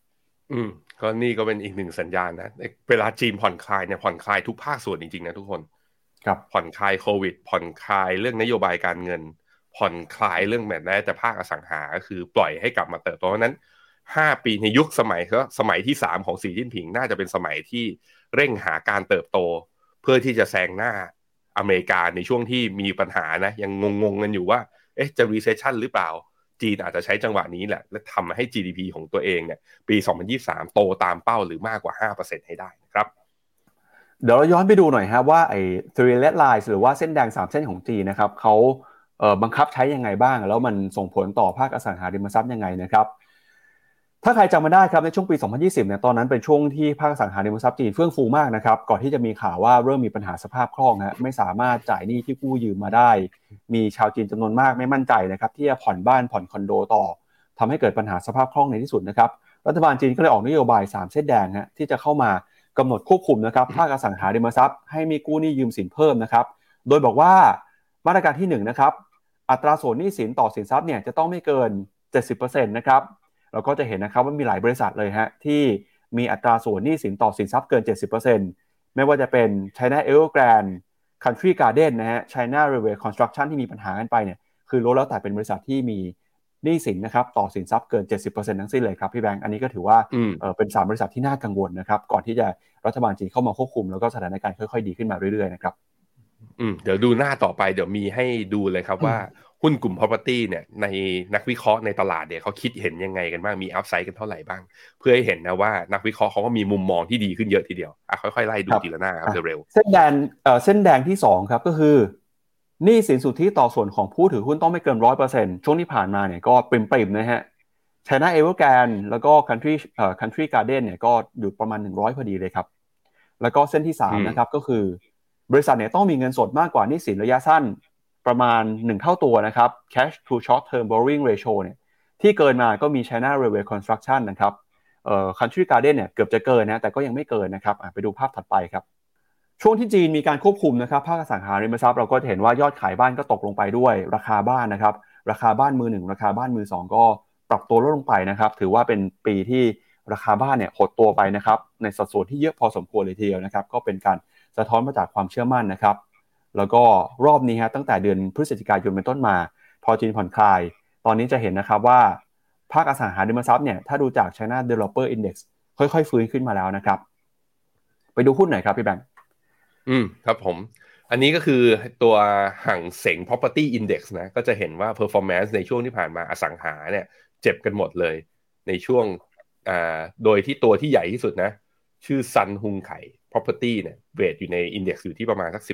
ก็นี่ก็เป็นอีกหนึ่งสัญญาณนะเวลาจีนผ่อนคลายเนี่ยผ่อนคลายทุกภาคส่วนจริงๆนะทุกคนครับผ่อนคลายโควิดผ่อนคลายเรื่องนโยบายการเงินผ่อนคลายเรื่องแม้แต่ภาคอสังหาก็คือปล่อยให้กลับมาเติบโตเพราะนั้น5 ปีในยุคสมัยที่3ของสีจิ้นผิงน่าจะเป็นสมัยที่เร่งหาการเติบโตเพื่อที่จะแซงหน้าอเมริกาในช่วงที่มีปัญหานะยังงงกันอยู่ว่าจะ recession หรือเปล่าจีนอาจจะใช้จังหวะนี้แหละและทำให้ GDP ของตัวเองเนี่ยปี2023โตตามเป้าหรือมากกว่า 5% ให้ได้นะครับเดี๋ยวเราย้อนไปดูหน่อยฮะว่าไอ้ three red lines หรือว่าเส้นแดง3เส้นของจีนนะครับเขาบังคับใช้ยังไงบ้างแล้วมันส่งผลต่อภาคอสังหาริมทรัพย์ยังไงนะครับถ้าใครจำมาได้ครับในช่วงปี2020เนี่ยตอนนั้นเป็นช่วงที่ภาคอสังหาริมทรัพย์จีนเฟื่องฟูมากนะครับก่อนที่จะมีข่าวว่าเริ่มมีปัญหาสภาพคล่องฮะไม่สามารถจ่ายหนี้ที่กู้ยืมมาได้มีชาวจีนจำนวนมากไม่มั่นใจนะครับที่จะผ่อนบ้านผ่อนคอนโดต่อทำให้เกิดปัญหาสภาพคล่องในที่สุดนะครับรัฐบาลจีนก็เลยออกนโยบาย3เส้นแดงฮะที่จะเข้ามากำหนดควบคุมนะครับภาคอสังหาริมทรัพย์ให้มีกู้หนี้ยืมสินเพิ่มนะครับโดยบอกว่ามาตรการที่1นะครับอัตราส่วนหนี้สินต่อสินทรัพย์เนี่ยจะต้องไม่เกิน 70% นะครับเราก็จะเห็นนะครับว่ามีหลายบริษัทเลยฮะที่มีอัตราส่วนหนี้สินต่อสินทรัพย์เกิน 70% ไม่ว่าจะเป็น China Evergrande Country Garden นะฮะ China Railway Construction ที่มีปัญหากันไปเนี่ยคือล้วนแล้วแต่เป็นบริษัทที่มีหนี้สินนะครับต่อสินทรัพย์เกิน 70% ทั้งสิ้นเลยครับพี่แบงค์อันนี้ก็ถือว่าเป็น3บริษัทที่น่ากังวลนะครับก่อนที่จะรัฐบาลจีนเข้ามาควบคุมแล้วก็สถานการณ์ค่อยๆดีขึ้นมาเรื่อยๆนะครับเดี๋ยวดูหน้าต่อไปเดี๋ยวมีให้ดูเลยครับว่าหุ้นกลุ่ม property เนี่ยในนักวิเคราะห์ในตลาดเนี่ยเขาคิดเห็นยังไงกันบ้างมีอัพไซด์กันเท่าไหร่บ้างเพื่อให้เห็นนะว่านักวิเคราะห์เขาก็มีมุมมองที่ดีขึ้นเยอะทีเดียวค่อยๆไล่ดูทีละหน้าครับเร็วเส้นแดงที่2ครับก็คือหนี้สินสุทธิต่อส่วนของผู้ถือหุ้นต้องไม่เกิน 100% ช่วงที่ผ่านมาเนี่ยก็ปริ่มๆนะฮะ China Evergrande แล้วก็ Country Garden เนี่ยก็อยู่ประมาณ100พอดีเลยครับแล้วก็เส้นที่3นะครับก็คือบริษัทเนี่ยต้องมีเงินสดมากกว่าหนี้สินระยะสั้นประมาณ1เท่าตัวนะครับ cash to short term borrowing ratio เนี่ยที่เกินมาก็มี China Railway Construction นะครับCountry Garden เนี่ยเกือบจะเกินนะแต่ก็ยังไม่เกินนะครับไปดูภาพถัดไปครับช่วงที่จีนมีการควบคุมนะครับภาคอสังหาริมทรัพย์เราก็เห็นว่ายอดขายบ้านก็ตกลงไปด้วยราคาบ้านนะครับราคาบ้านมือ1ราคาบ้านมือ2ก็ปรับตัวลดลงไปนะครับถือว่าเป็นปีที่ราคาบ้านเนี่ยหดตัวไปนะครับในสัดส่วนที่เยอะพอสมควรเลยทีเดียวนะครับก็เป็นการสะท้อนมาจากความเชื่อมั่นนะครับแล้วก็รอบนี้ฮะตั้งแต่เดือนพฤศจิกายนเป็นต้นมาพอจีนผ่อนคลายตอนนี้จะเห็นนะครับว่าภาคอสังหาริมทรัพย์เนี่ยถ้าดูจาก China Developer Index ค่อยๆฟื้นขึ้นมาแล้วนะครับไปดูหุ้นหน่อยครับพี่แบงค์ครับผมอันนี้ก็คือตัวหั่งเส็ง property index นะก็จะเห็นว่า performance ในช่วงที่ผ่านมาอสังหาเนี่ยเจ็บกันหมดเลยในช่วงโดยที่ตัวที่ใหญ่ที่สุดนะชื่อซันฮุงไข่ property เนี่ยเวทอยู่ใน index อยู่ที่ประมาณสัก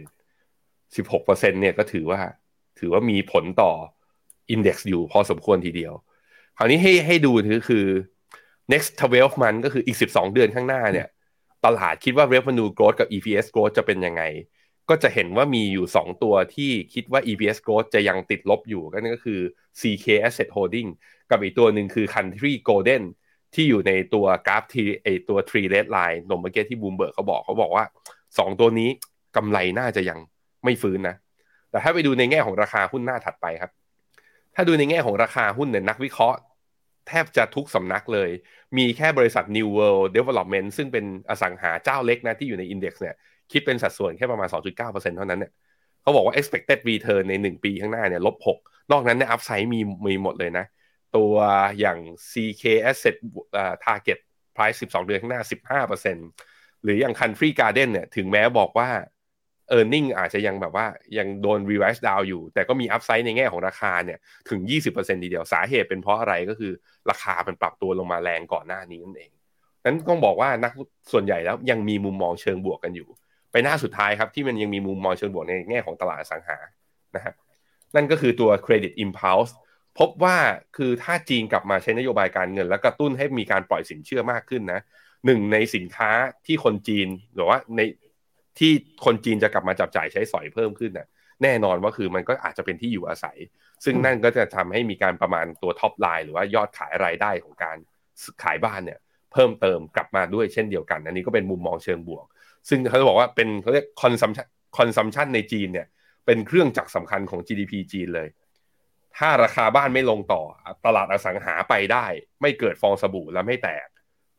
16% เนี่ยก็ถือว่ามีผลต่อ index อยู่พอสมควรทีเดียวคราวนี้ให้ดูคือ next 12 month ก็คืออีก12 เดือนข้างหน้าเนี่ยตลาดคิดว่า revenue growth กับ EPS growth จะเป็นยังไงก็จะเห็นว่ามีอยู่2ตัวที่คิดว่า EPS growth จะยังติดลบอยู่ก็คือ CK Asset Holding กับอีกตัวหนึ่งคือ Country Garden ที่อยู่ในตัวกราฟตัว Three Red Line เมื่อกี้ที่ Bloomberg เขาบอกว่า2ตัวนี้กำไรน่าจะยังไม่ฟื้นนะแต่ถ้าไปดูในแง่ของราคาหุ้นหน้าถัดไปครับถ้าดูในแง่ของราคาหุ้นเนี่ยนักวิเคราะห์แทบจะทุกสำนักเลยมีแค่บริษัท New World Development ซึ่งเป็นอสังหาเจ้าเล็กนะที่อยู่ใน Index เนี่ยคิดเป็นสัดส่วนแค่ประมาณ 2.9% เท่านั้นเนี่ยเขาบอกว่า expected return ใน1ปีข้างหน้าเนี่ย-6นอกนั้นเนี่ย upside มีหมดเลยนะตัวอย่าง CK Asset Target Price 12 เดือนข้างหน้า 15% หรืออย่าง Country Garden เนี่ยถึงแม้บอกว่า earning อาจจะยังแบบว่ายังโดน revise down อยู่แต่ก็มี upside ในแง่ของราคาเนี่ยถึง 20% ทีเดียวสาเหตุเป็นเพราะอะไรก็คือราคามันปรับตัวลงมาแรงก่อนหน้านี้นั่นเองนั้นต้องบอกว่านักส่วนใหญ่แล้วยังมีมุมมองเชิงบวกกันอยู่ไปหน้าสุดท้ายครับที่มันยังมีมุมมองเชิงบวกในแง่ของตลาดอสังหานะครับนั่นก็คือตัว Credit Impulse พบว่าคือถ้าจีนกลับมาใช้นโยบายการเงินและกระตุ้นให้มีการปล่อยสินเชื่อมากขึ้นนะหนึ่งในสินค้าที่คนจีนหรือว่าในที่คนจีนจะกลับมาจับจ่ายใช้สอยเพิ่มขึ้นนะแน่นอนว่าคือมันก็อาจจะเป็นที่อยู่อาศัยซึ่งนั่นก็จะทำให้มีการประมาณตัวท็อปไลน์หรือว่ายอดขายรายได้ของการขายบ้านเนี่ยเพิ่มเติมกลับมาด้วยเช่นเดียวกันอันนี้ก็เป็นมุมมองเชิงบวกซึ่งเขาบอกว่าเป็นเขาเรียก consumption ในจีนเนี่ยเป็นเครื่องจักรสำคัญของ GDP จีนเลยถ้าราคาบ้านไม่ลงต่อตลาดอสังหาไปได้ไม่เกิดฟองสบู่และไม่แตก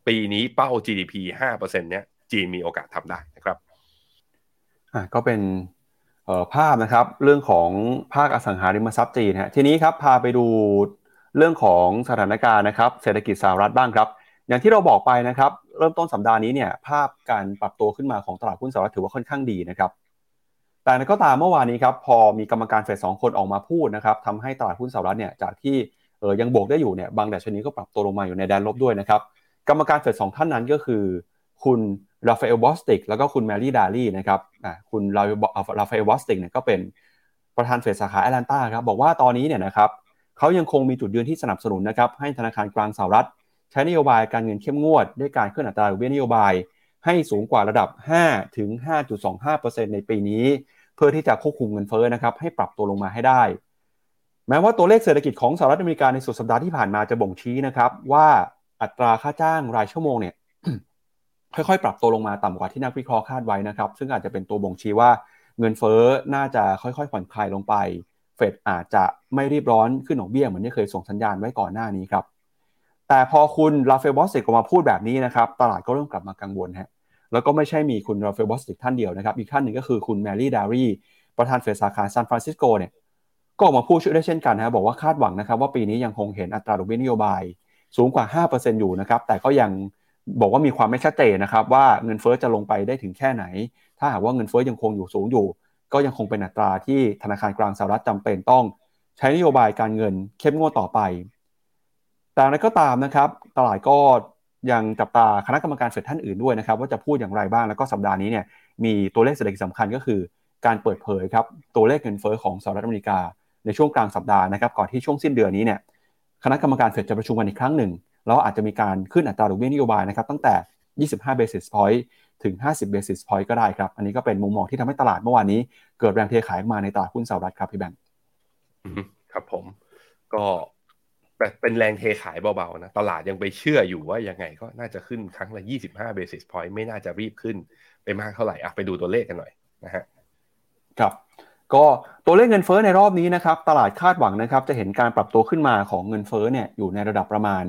ปีนี้เป้า GDP 5%เนี่ยจีนมีโอกาสทำได้นะครับก็เป็นภาพนะครับเรื่องของภาคอสังหาริมทรัพย์จีนฮะทีนี้ครับพาไปดูเรื่องของสถานการณ์นะครับเศรษฐกิจสหรัฐบ้างครับอย่างที่เราบอกไปนะครับเริ่มต้นสัปดาห์นี้เนี่ยภาพการปรับตัวขึ้นมาของตลาดหุ้นสหรัฐถือว่าค่อนข้างดีนะครับแต่ก็ตามเมื่อวานนี้ครับพอมีกรรมการเฟด2 คนออกมาพูดนะครับทำให้ตลาดหุ้นสหรัฐเนี่ยจากที่ยังบวกได้อยู่เนี่ยบางดัชนีก็ปรับตัวลงมาอยู่ในแดนลบด้วยนะครับกรรมการเฟด2 ท่านนั้นก็คือคุณราฟาเอลบอสติกแล้วก็คุณแมรี่ดาลีนะครับคุณราฟาเอลบอสติกเนี่ยก็เป็นประธานเฟดสาขาแอตแลนตาครับบอกว่าตอนนี้เนี่ยนะครับเขายังคงมีจุดยืนที่สนับสนุนนะครับให้ธนาคารกลางสหรัฐใช้นโยบายการเงินเข้มงวดด้วยการขึ้นอัตราดอกเบี้ยนโยบายให้สูงกว่าระดับ 5 ถึง 5.25% ในปีนี้เพื่อที่จะควบคุมเงินเฟ้อนะครับให้ปรับตัวลงมาให้ได้แม้ว่าตัวเลขเศรษฐกิจของสหรัฐอเมริกาในสุดสัปดาห์ที่ผ่านมาจะบ่งชี้นะครับว่าอัตราค่าจ้างรายชั่วโมงเนี่ย ค่อยๆปรับตัวลงมาต่ำกว่าที่นักวิเคราะห์คาดไว้นะครับซึ่งอาจจะเป็นตัวบ่งชี้ว่าเงินเฟ้อน่าจะค่อยๆผ่อนคลายลงไปเฟดอาจจะไม่รีบร้อนขึ้นดอกเบี้ยเหมือนที่เคยส่งสัญญาณไว้ก่อนหน้านี้ครับแต่พอคุณราฟาเอลบอสติกออกมาพูดแบบนี้นะครับตลาดก็เริ่มกลับมากังวลฮะแล้วก็ไม่ใช่มีคุณราฟาเอลบอสติกท่านเดียวนะครับอีกท่านหนึ่งก็คือคุณแมรี่ดารีประธานเฟดสาขาซานฟรานซิสโกเนี่ยก็ออกมาพูดด้วยเช่นกันนะบอกว่าคาดหวังนะครับว่าปีนี้ยังคงเห็นอัตราดอกเบี้ยนโยบายสูงกว่า 5% อยู่นะครับแต่ก็ยังบอกว่ามีความไม่ชัดเจนนะครับว่าเงินเฟ้อจะลงไปได้ถึงแค่ไหนถ้าหากว่าเงินเฟ้อยังคงอยู่สูงอยู่ก็ยังคงเป็นอัตราที่ธนาคารกลางสหรัฐจำเป็นต้องใช้นโยบายการเงินเข้มงวดต่อไปแต่อะไรก็ตามนะครับตลาดก็ยังจับตาคณะกรรมการเฟดท่านอื่นด้วยนะครับว่าจะพูดอย่างไรบ้างแล้วก็สัปดาห์นี้เนี่ยมีตัวเลขเศรษฐกิจสำคัญก็คือการเปิดเผยครับตัวเลขเงินเฟ้อของสหรัฐอเมริกาในช่วงกลางสัปดาห์นะครับก่อนที่ช่วงสิ้นเดือนนี้เนี่ยคณะกรรมการเฟดจะประชุมกันอีกครั้งหนึ่งแล้วอาจจะมีการขึ้นอัตราดอกเบี้ยนโยบายนะครับตั้งแต่25 basis point ถึง50 basis point ก็ได้ครับอันนี้ก็เป็นมุมมองที่ทำให้ตลาดเมื่อวานนี้เกิดแรงเทขายมาในตลาดหุ้นสหรัฐครับพี่แบงค์ครับผมก็แต่เป็นแรงเทขายเบาๆนะตลาดยังไปเชื่ออยู่ว่ายังไงก็น่าจะขึ้นครั้งละ25 basis point ไม่น่าจะรีบขึ้นไปมากเท่าไหร่ไปดูตัวเลขกันหน่อยนะฮะครับก็ตัวเลขเงินเฟ้อในรอบนี้นะครับตลาดคาดหวังนะครับจะเห็นการปรับตัวขึ้นมาของเงินเฟ้อเนี่ยอยู่ในระดับประมาณ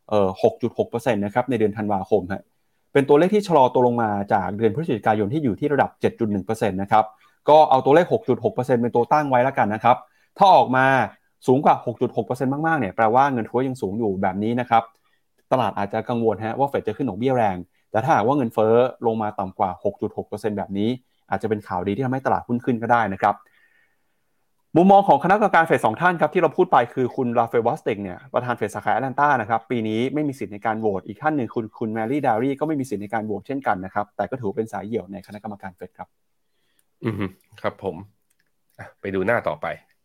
6.6% นะครับในเดือนธันวาคมฮะเป็นตัวเลขที่ชะลอตัวลงมาจากเดือนพฤศจิกายนที่อยู่ที่ระดับ 7.1% นะครับก็เอาตัวเลข 6.6% เป็นตัวตั้งไว้แล้วกันนะครับถ้าออกมาสูงกว่า 6.6% มากๆเนี่ยแปลว่าเงินเฟ้อยังสูงอยู่แบบนี้นะครับตลาดอาจจะกังวลฮะว่าเฟดจะขึ้นดอกเบี้ยแรงแต่ถ้าหากว่าเงินเฟ้อลงมาต่ำกว่า 6.6% แบบนี้อาจจะเป็นข่าวดีที่ทำให้ตลาดหุ้นขึ้นก็ได้นะครับมุมมองของคณะกรรมการเฟด2 ท่านครับที่เราพูดไปคือคุณราฟาเอล บอสติกเนี่ยประธานเฟดสาขาแอตแลนตานะครับปีนี้ไม่มีสิทธิ์ในการโหวตอีกท่านหนึ่งคุณแมรี่ดารีก็ไม่มีสิทธิ์ในการโหวตเช่นกันนะครับแต่ก็ถือเป็นสายเหี่ยวในคณะกรรมการเฟดครับครับผมไปดูหน้าต่อไป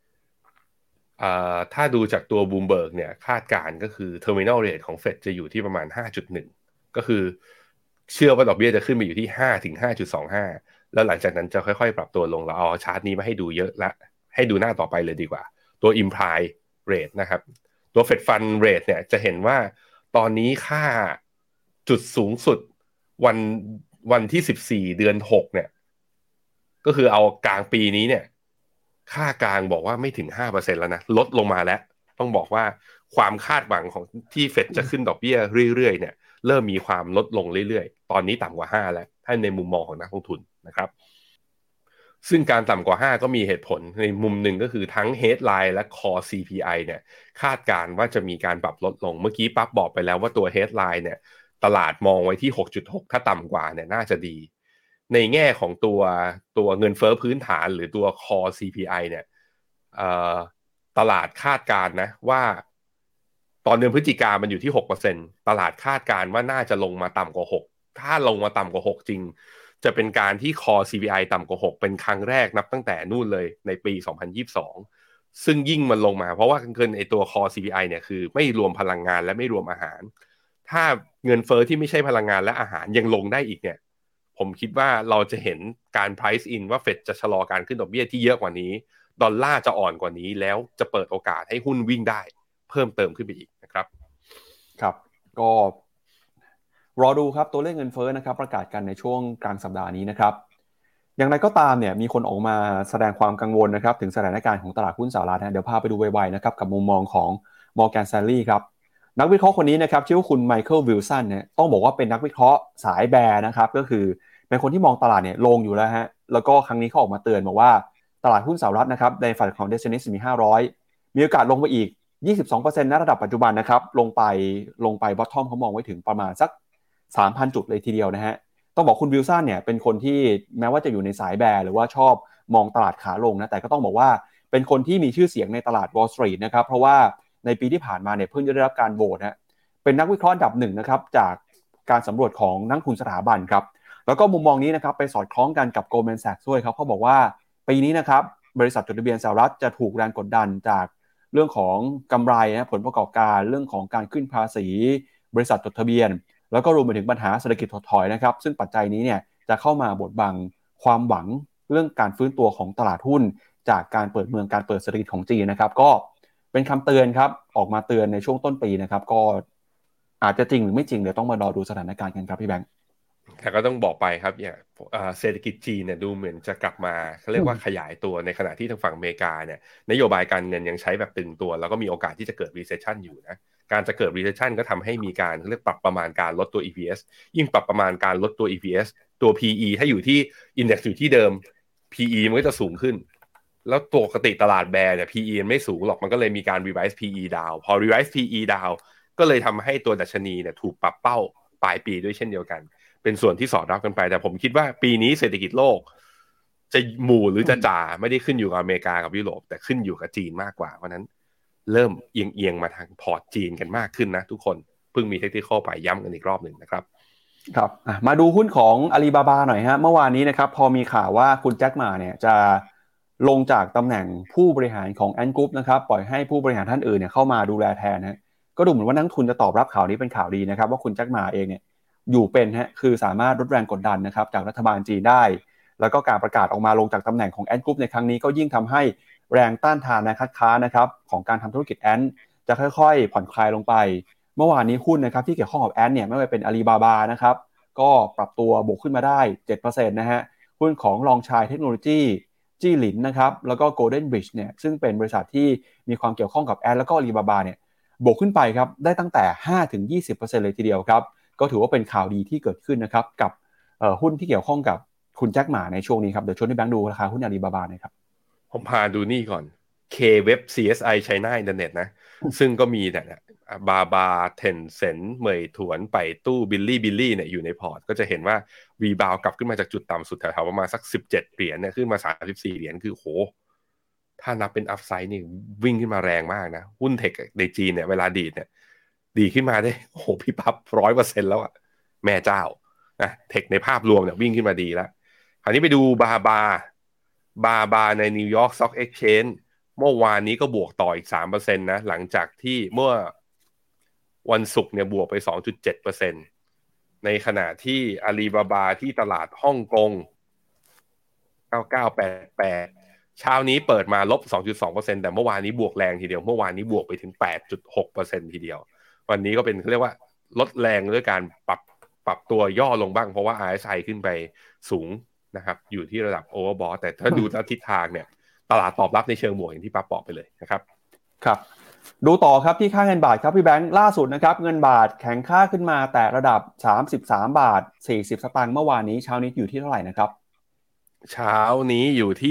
ถ้าดูจากตัว Bloomberg เนี่ยคาดการณ์ก็คือ Terminal Rate ของ Fed จะอยู่ที่ประมาณ 5.1 ก็คือเชื่อว่าดอกเบี้ยจะขึ้นไปอยู่ที่5ถึง 5.25 แล้วหลังจากนั้นจะค่อยๆปรับตัวลงแล้วเอาชาร์ตนี้มาให้ดูเยอะละให้ดูหน้าต่อไปเลยดีกว่าตัว Imply Rate นะครับตัว Fed Fund Rate เนี่ยจะเห็นว่าตอนนี้ค่าจุดสูงสุดวันที่14เดือน6เนี่ยก็คือเอากลางปีนี้เนี่ยค่ากลางบอกว่าไม่ถึง 5% แล้วนะลดลงมาแล้วต้องบอกว่าความคาดหวังของที่เฟดจะขึ้นดอกเบี้ยเรื่อยๆเนี่ยเริ่มมีความลดลงเรื่อยๆตอนนี้ต่ำกว่า5แล้วถ้าในมุมมองของนักลงทุนนะครับซึ่งการต่ำกว่า5ก็มีเหตุผลในมุมหนึ่งก็คือทั้ง headline และ core CPI เนี่ยคาดการณ์ว่าจะมีการปรับลดลงเมื่อกี้ปั๊บบอกไปแล้วว่าตัว headline เนี่ยตลาดมองไว้ที่ 6.6 ถ้าต่ำกว่าเนี่ยน่าจะดีในแง่ของตัวเงินเฟ้อพื้นฐานหรือตัว core CPI เนี่ยตลาดคาดการณ์นะว่าตอนเดือนพฤศจิกามันอยู่ที่ 6% ตลาดคาดการณ์ว่าน่าจะลงมาต่ำกว่า6ถ้าลงมาต่ำกว่า6จริงจะเป็นการที่ core CPI ต่ำกว่า6เป็นครั้งแรกนับตั้งแต่นู่นเลยในปี2022ซึ่งยิ่งมันลงมาเพราะว่าเกินไอตัว core CPI เนี่ยคือไม่รวมพลังงานและไม่รวมอาหารถ้าเงินเฟ้อที่ไม่ใช่พลังงานและอาหารยังลงได้อีกเนี่ยผมคิดว่าเราจะเห็นการ price in ว่าเฟดจะชะลอการขึ้นดอกเบี้ยที่เยอะกว่านี้ดอลลาร์จะอ่อนกว่านี้แล้วจะเปิดโอกาสให้หุ้นวิ่งได้เพิ่มเติมขึ้นไปอีกนะครับครับก็รอดูครับตัวเลขเงินเฟ้อนะครับประกาศกันในช่วงกลางสัปดาห์นี้นะครับอย่างไรก็ตามเนี่ยมีคนออกมาแสดงความกังวลนะครับถึงสถานการณ์ของตลาดหุ้นสหรัฐเดี๋ยวพาไปดูไวๆนะครับกับมุมมองของ Morgan Stanley ครับนักวิเคราะห์คนนี้นะครับชื่อว่าคุณไมเคิลวิลสันเนี่ยต้องบอกว่าเป็นนักวิเคราะห์สายแบร์นะครับก็คือเป็นคนที่มองตลาดเนี่ยลงอยู่แล้วฮะแล้วก็ครั้งนี้เขาออกมาเตือนบอกว่าตลาดหุ้นสหรัฐนะครับในฝั่งของ Destination S&P 500มีโอกาสลงไปอีก 22% ณระดับปัจจุบันนะครับลงไปบอททอมเขามองไว้ถึงประมาณสัก 3,000 จุดเลยทีเดียวนะฮะต้องบอกคุณวิลสันเนี่ยเป็นคนที่แม้ว่าจะอยู่ในสายแบร์หรือว่าชอบมองตลาดขาลงนะแต่ก็ต้องบอกว่าเป็นคนที่มีชื่อเสียงในตลาด Wall Street นะครับเพราะว่าในปีที่ผ่านมาเนี่ยเพิ่งจะได้รับการโหวตนะเป็นนักวิเคราะห์อันดับหนึ่งนะครับจากการสำรวจของนักทุนสถาบันครับแล้วก็มุมมองนี้นะครับไปสอดคล้องกันกับ Goldman Sachs ด้วยครับเขาบอกว่าปีนี้นะครับบริษัทจดทะเบียนสหรัฐจะถูกแรงกดดันจากเรื่องของกำไรนะผลประกอบการเรื่องของการขึ้นภาษีบริษัทจดทะเบียนแล้วก็รวมไปถึงปัญหาเศรษฐกิจถดถอยนะครับซึ่งปัจจัยนี้เนี่ยจะเข้ามาบดบังความหวังเรื่องการฟื้นตัวของตลาดหุ้นจากการเปิดเมืองการเปิดเศรษฐกิจของจีนนะครับก็เป็นคำเตือนครับออกมาเตือนในช่วงต้นปีนะครับก็อาจจะจริงหรือไม่จริงเดี๋ยวต้องมารอดูสถานการณ์กันครับพี่แบงค์แต่ก็ต้องบอกไปครับเนี่ยเศรษฐกิจจีนเนี่ยดูเหมือนจะกลับมาเขาเรียกว่าขยายตัวในขณะที่ทางฝั่งอเมริกาเนี่ยนโยบายการเงินยังใช้แบบตึงตัวแล้วก็มีโอกาสที่จะเกิด recession อยู่นะการจะเกิด recession ก็ทำให้มีการเรียกปรับประมาณการลดตัว EPS ยิ่งปรับประมาณการลดตัว EPS ตัว PE ถ้าอยู่ที่ index อยู่ที่เดิม PE มันก็จะสูงขึ้นแล้วปกติตลาดแบร์เนี่ย PE มันไม่สูงหรอกมันก็เลยมีการ revise PE down พอ revise PE down ก็เลยทำให้ตัวดัชนีเนี่ยถูกปรับเป้าปลายปีด้วยเช่นเดียวกันเป็นส่วนที่สอดรับกันไปแต่ผมคิดว่าปีนี้เศรษฐกิจโลกจะหมู่หรือจะจ่าไม่ได้ขึ้นอยู่กับอเมริกากับยุโรปแต่ขึ้นอยู่กับจีนมากกว่าเพราะนั้นเริ่มเอียงมาทางพอร์ตจีนกันมากขึ้นนะทุกคนเพิ่งมีเทคนิคไปย้ำกันอีกรอบหนึ่งนะครับครับมาดูหุ้นของอาลีบาบาหน่อยฮะเมื่อวานนี้นะครับพอมีข่าวว่าคุณแจ็คหม่าเนี่ยจะลงจากตำแหน่งผู้บริหารของแอนกรุ๊ปนะครับปล่อยให้ผู้บริหารท่านอื่นเนี่ยเข้ามาดูแลแทนนะก็ดูเหมือนว่านักทุนจะตอบรับข่าวนี้เป็นข่าวดีนะครับว่าคุณแจ็คหม่าเองเนี่ยอยู่เป็นฮะคือสามารถลดแรงกดดันนะครับจากรัฐบาลจีนได้แล้วก็การประกาศออกมาลงจากตำแหน่งของแอนกรุ๊ปในครั้งนี้ก็ยิ่งทำให้แรงต้านทานและคัดค้านนะครับของการทำธุรกิจแอนจะค่อยๆผ่อนคลายลงไปเมื่อวานนี้หุ้นนะครับที่เกี่ยวข้องกับแอนเนี่ยไม่ว่าเป็นอาลีบาบานะครับก็ปรับตัวบวกขึ้นมาได้ 7% นะฮะหุ้นของลองชายเทคโนโลยีจี้หลินนะครับแล้วก็ Golden Bridge เนี่ยซึ่งเป็นบริษัทที่มีความเกี่ยวข้องกับแอนแล้วก็อาลีบาบาเนี่ยบวกขึ้นไปครับได้ตั้งแต่ 5-20% เลยทีเดียวครับก็ถือว่าเป็นข่าวดีที่เกิดขึ้นนะครับกับหุ้นที่เกี่ยวข้องกับคุณแจ็คหม่าในช่วงนี้ครับเดี๋ยวชวนให้แบงค์ดูราคาหุ้นอาลีบาบาหน่อยครับผมพาดูนี่ก่อน K Web CSI China Internet นะซึ่งก็มีเนี่ยบาบาเทนเซ็นเหมยถวนไปตู้บิลลี่เนี่ยอยู่ในพอร์ตก็จะเห็นว่ารีบาวกลับขึ้นมาจากจุดต่ำสุดแถวๆประมาณสัก17เหรียญเนี่ยขึ้นมา34เหรียญคือโหถ้านับเป็นอัพไซด์นี่วิ่งขึ้นมาแรงมากนะหุ้นเทคในจีนเนี่ยเวลาดีดเนี่ยดีขึ้นมาได้โอ้โหพี่ปั๊บ100%แล้วอะแม่เจ้านะเทคในภาพรวมเนี่ยวิ่งขึ้นมาดีแล้วคราวนี้ไปดูบาในนิวยอร์กสต็อกเอ็กซ์เชนจ์เมื่อวานนี้ก็บวกต่ออีก 3% นะหลังจากที่เมื่อวันศุกร์เนี่ยบวกไป 2.7% ในขณะที่อาลีบาบาที่ตลาดฮ่องกง9988เช้านี้เปิดมาลบ 2.2% แต่เมื่อวานนี้บวกแรงทีเดียวเมื่อวานนี้บวกไปถึง 8.6% ทีเดียววันนี้ก็เป็นเขาเรียกว่าลดแรงด้วยการปรับตัวย่อลงบ้างเพราะว่า RSI ขึ้นไปสูงนะครับอยู่ที่ระดับ overbought แต่ถ้าดูทิศทางเนี่ยตลาดตอบรับในเชิงบวกอย่างที่ป้าบอกไปเลยนะครับครับดูต่อครับที่ค่าเงินบาทครับพี่แบงค์ล่าสุดนะครับเงินบาทแข็งค่าขึ้นมาแต่ระดับ33 บาท 40 สตางค์เมื่อวานนี้เช้านี้อยู่ที่เท่าไหร่นะครับเช้านี้อยู่ที่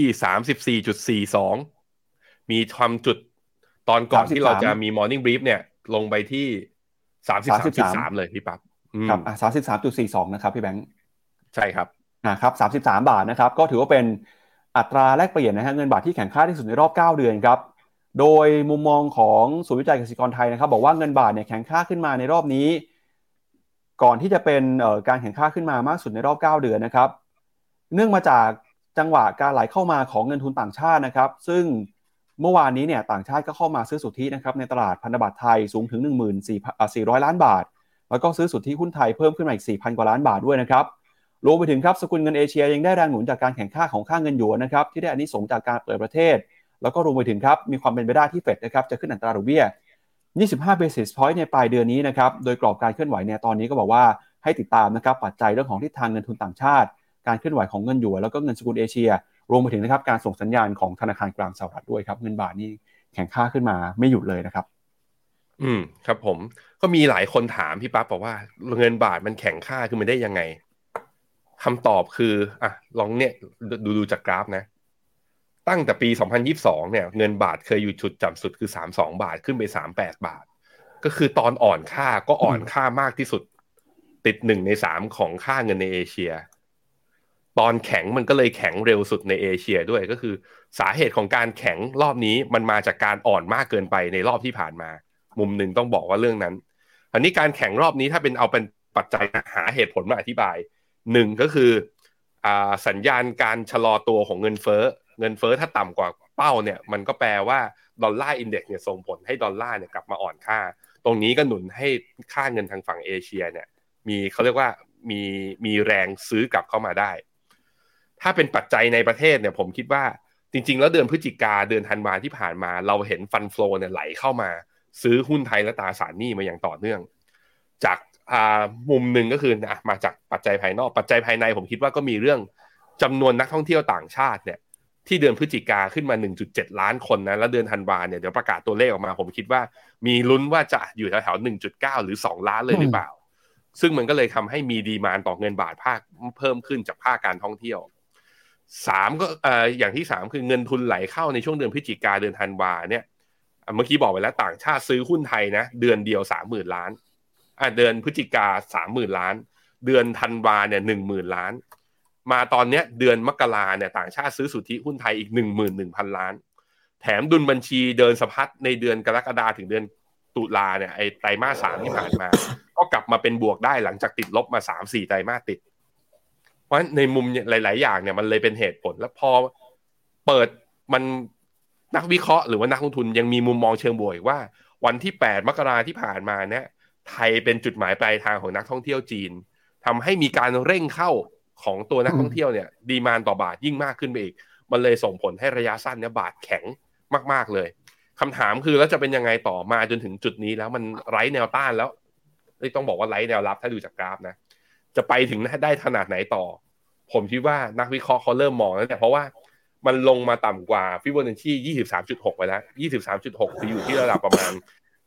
34.42 มีทำจุดตอนก่อนที่เราจะมี morning brief เนี่ยลงไปที่ 33.3 เลยพี่ปั๊บครับ33.42 นะครับพี่แบงค์ใช่ครับครับ33 บาทนะครับก็ถือว่าเป็นอัตราแลกเปลี่ยนนะฮะเงินบาทที่แข็งค่าที่สุดในรอบ9 เดือนครับโดยมุมมองของศูนย์วิจัยกสิกรไทยนะครับบอกว่าเงินบาทเนี่ยแข็งค่าขึ้นมาในรอบนี้ก่อนที่จะเป็นการแข็งค่าขึ้นมามากสุดในรอบ9 เดือนนะครับเนื่องมาจากจังหวะการไหลเข้ามาของเงินทุนต่างชาตินะครับซึ่งเมื่อวานนี้เนี่ยต่างชาติก็เข้ามาซื้อสุทธินะครับในตลาดพันธบัตรไทยสูงถึง 14,400 ล้านบาทแล้วก็ซื้อสุทธิหุ้นไทยเพิ่มขึ้นมาอีก 4,000 กว่าล้านบาทด้วยนะครับรวมไปถึงครับสกุลเงินเอเชียยังได้แรงหนุนจากการแข่งข้าของค่าเงินหยวนนะครับที่ได้อานิสงส์จากการเปิดประเทศแล้วก็รวมไปถึงครับมีความเป็นไปได้ที่เฟดนะครับจะขึ้นอัตราดอกเบี้ย25 basis point ในปลายเดือนนี้นะครับโดยกรอบการเคลื่อนไหวเนี่ยตอนนี้ก็บอกว่าให้ติดตามนะครับปัจจัยเรื่องของทิศทางเงินทุนต่างชาติการเคลื่อนไหวของเงินหยวนแล้วก็เงินสกุลเอเชียรวมไปถึงนะครับการส่งสัญญาณของธนาคารกลางสหรัฐด้วยครับเงินบาทนี่แข็งค่าขึ้นมาไม่หยุดเลยนะครับครับผมก็มีหลายคนถามพี่ปั๊บบอกว่าเงินบาทมันแข็งค่าคือมันได้ยังไงคำตอบคือลองเนี่ยดูจากกราฟนะตั้งแต่ปี2022เนี่ยเงินบาทเคยอยู่จุดต่ำสุดคือ32บาทขึ้นไป38บาทก็คือตอนอ่อนค่าก็อ่อนค่ามากที่สุดติด1 ใน 3ของค่าเงินในเอเชียตอนแข็งมันก็เลยแข็งเร็วสุดในเอเชียด้วยก็คือสาเหตุของการแข็งรอบนี้มันมาจากการอ่อนมากเกินไปในรอบที่ผ่านมามุมหนึ่งต้องบอกว่าเรื่องนั้นอันนี้การแข็งรอบนี้ถ้าเป็นเอาเป็นปัจจัยหาเหตุผลมาอธิบายหนึ่งก็คือสัญญาณการชะลอตัวของเงินเฟ้อถ้าต่ำกว่าเป้าเนี่ยมันก็แปลว่าดอลลาร์อินเด็กซ์เนี่ยส่งผลให้ดอลลาร์เนี่ยกลับมาอ่อนค่าตรงนี้ก็หนุนให้ค่าเงินทางฝั่งเอเชียเนี่ยมีเขาเรียกว่ามีแรงซื้อกลับเข้ามาได้ถ้าเป็นปัจจัยในประเทศเนี่ยผมคิดว่าจริงๆแล้วเดือนพฤศจิกาเดือนธันวาที่ผ่านมาเราเห็นฟันโฟลเนี่ยไหลเข้ามาซื้อหุ้นไทยและตราสารหนี้มาอย่างต่อเนื่องจากมุมหนึ่งก็คือมาจากปัจจัยภายนอกปัจจัยภายในผมคิดว่าก็มีเรื่องจำนวนนักท่องเที่ยวต่างชาติเนี่ยที่เดือนพฤศจิกาขึ้นมา 1.7 ล้านคนนะแล้วเดือนธันวาเนี่ยเดี๋ยวประกาศตัวเลขออกมาผมคิดว่ามีลุ้นว่าจะอยู่แถวๆ 1.9 หรือ 2 ล้านเลยหรือเปล่าซึ่งมันก็เลยทำให้มีดีมานด์ต่อเงินบาทภาคเพิ่มขึ้นจากภาคการท่องเที่ยว3ก็อย่างที่3คือเงินทุนไหลเข้าในช่วงเดือนพฤศจิกาเดือนธันวาเนี่ยเมื่อกี้บอกไปแล้วต่างชาติซื้อหุ้นไทยนะเดือนเดียว 30,000 ล้านเดือนพฤศจิกา 30,000 ล้านเดือนธันวาเนี่ย 10,000 ล้านมาตอนเนี้ยเดือนมกราเนี่ยต่างชาติซื้อสุทธิหุ้นไทยอีก 11,000 ล้านแถมดุลบัญชีเดินสะพัดในเดือนกรกฎาคมถึงเดือนตุลาเนี่ยไอ้ไตรมาส 3ที่ผ่านมาก็กลับมาเป็นบวกได้หลังจากติดลบมา 3-4 ไตรมาสติดเพราะในมุมหลายๆอย่างเนี่ยมันเลยเป็นเหตุผลแล้วพอเปิดมันนักวิเคราะห์หรือว่านักลงทุนยังมีมุมมองเชิงบวกว่าวันที่8มกราที่ผ่านมาเนี่ยไทยเป็นจุดหมายปลายทางของนักท่องเที่ยวจีนทำให้มีการเร่งเข้าของตัวนักท่องเที่ยวเนี่ยดีมานด์ต่อบาทยิ่งมากขึ้นไปอีกมันเลยส่งผลให้ระยะสั้นเนี่ยบาทแข็งมากๆเลยคำถามคือแล้วจะเป็นยังไงต่อมาจนถึงจุดนี้แล้วมันไร้แนวต้านแล้วต้องบอกว่าไร้แนวรับถ้าดูจากกราฟนะจะไปถึงได้ขนาดไหนต่อผมคิดว่านักวิเคราะห์เขาเริ่มมองแล้วแต่เพราะว่ามันลงมาต่ำกว่าฟิโบนัชชี 23.6 ไปแล้ว 23.6 คืออยู่ที่ระดับประมาณ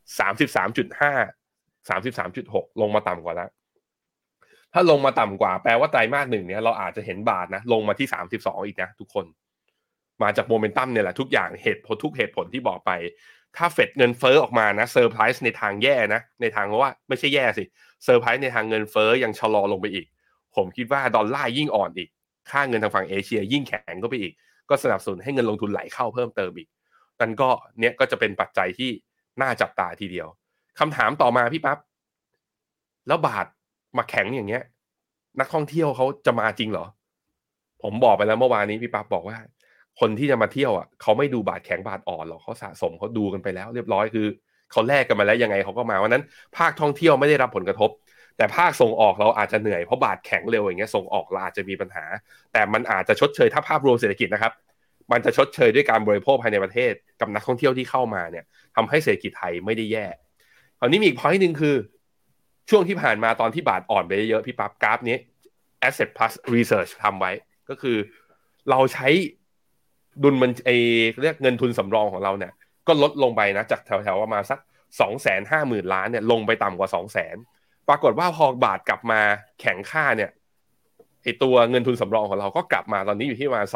33.5 33.6 ลงมาต่ำกว่าแล้วถ้าลงมาต่ำกว่าแปลว่าไตรมาส1เนี่ยเราอาจจะเห็นบาทนะลงมาที่32อีกนะทุกคนมาจากโมเมนตัมเนี่ยแหละทุกอย่างทุกเหตุผลที่บอกไปถ้าเฟดเงินเฟ้อออกมานะเซอร์ไพรส์ในทางแย่นะในทางว่าไม่ใช่แย่สิเซอร์ไพรส์ในทางเงินเฟ้อยังชะลอลงไปอีกผมคิดว่าดอลลาร์ยิ่งอ่อนอีกค่าเงินทางฝั่งเอเชียยิ่งแข็งก็ไปอีกก็สนับสนุนให้เงินลงทุนไหลเข้าเพิ่มเติมอีกนั่นก็เนี่ยก็จะเป็นปัจจัยที่น่าจับตาทีเดียวคำถามต่อมาพี่ปั๊บแล้วบาทมาแข็งอย่างเงี้ยนักท่องเที่ยวเขาจะมาจริงเหรอผมบอกไปแล้วเมื่อวานนี้พี่ปั๊บบอกว่าคนที่จะมาเที่ยวเขาไม่ดูบาทแข็งบาทอ่อนหรอกเขาสะสมเขาดูกันไปแล้วเรียบร้อยคือเขาแลกกันมาแล้วยังไงเขาก็มาวันนั้นภาคท่องเที่ยวไม่ได้รับผลกระทบแต่ภาคส่งออกเราอาจจะเหนื่อยเพราะบาทแข็งเร็วอย่างเงี้ยส่งออกเราอาจจะมีปัญหาแต่มันอาจจะชดเชยถ้าภาพรวมเศรษฐกิจนะครับมันจะชดเชยด้วยการบริโภคภายในประเทศกับนักท่องเที่ยวที่เข้ามาเนี่ยทำให้เศรษฐกิจไทยไม่ได้แย่คราวนี้มีอีก point นึงคือช่วงที่ผ่านมาตอนที่บาทอ่อนไปเยอะพี่ปั๊บกราฟนี้ Asset Plus Research ทำไว้ก็คือเราใช้ดุลมันเรียกเงินทุนสำรองของเราเนี่ยก็ลดลงไปนะจากแถวๆประมาณสัก 250,000 ล้านเนี่ยลงไปต่ำกว่า 200,000 ปรากฏว่าพอบาทกลับมาแข็งค่าเนี่ยไอตัวเงินทุนสำรองของเราก็กลับมาตอนนี้อยู่ที่ประมาณ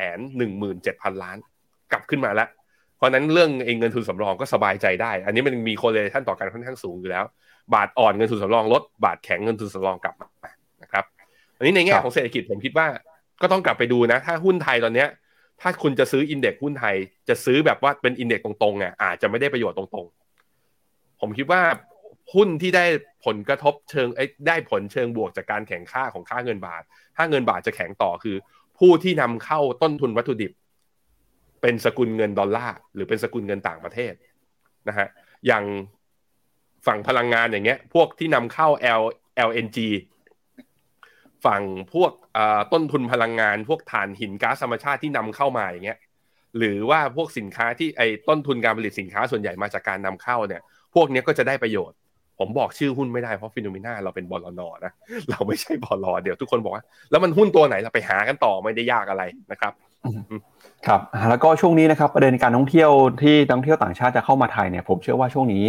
217,000 ล้านกลับขึ้นมาแล้วเพราะนั้นเรื่องเงินทุนสำรองก็สบายใจได้อันนี้มันมี correlation ต่อกันค่อนข้างสูงอยู่แล้วบาทอ่อนเงินทุนสำรองลดบาทแข็งเงินทุนสำรองกลับมานะครับอันนี้ในแง่ของเศรษฐกิจผมคิดว่าก็ต้องกลับไปดูนะถ้าหุ้นไทยตอนเนี้ยถ้าคุณจะซื้ออินเด็กซ์หุ้นไทยจะซื้อแบบว่าเป็นอินเด็กซ์ตรงๆอาจจะไม่ได้ประโยชน์ตรงๆผมคิดว่าหุ้นที่ได้ผลกระทบเชิงได้ผลเชิงบวกจากการแข่งค่าของค่าเงินบาทถ้าเงินบาทจะแข็งต่อคือผู้ที่นำเข้าต้นทุนวัตถุดิบเป็นสกุลเงินดอลลาร์หรือเป็นสกุลเงินต่างประเทศนะฮะอย่างฝั่งพลังงานอย่างเงี้ยพวกที่นำเข้า LNG ฝั่งพวกต้นทุนพลังงานพวกถ่านหินก๊าซธรรมชาติที่นำเข้ามาอย่างเงี้ยหรือว่าพวกสินค้าที่ต้นทุนการผลิตสินค้าส่วนใหญ่มาจากการนำเข้าเนี่ยพวกนี้ก็จะได้ประโยชน์ผมบอกชื่อหุ้นไม่ได้เพราะฟิโนเมนาเราเป็นบลน.นะเราไม่ใช่บล.เดี๋ยวทุกคนบอกว่าแล้วมันหุ้นตัวไหนเราไปหากันต่อไม่ได้ยากอะไรนะครับครับแล้วก็ช่วงนี้นะครับประเด็นการท่องเที่ยวที่นักท่องเที่ยวต่างชาติจะเข้ามาไทยเนี่ยผมเชื่อว่าช่วงนี้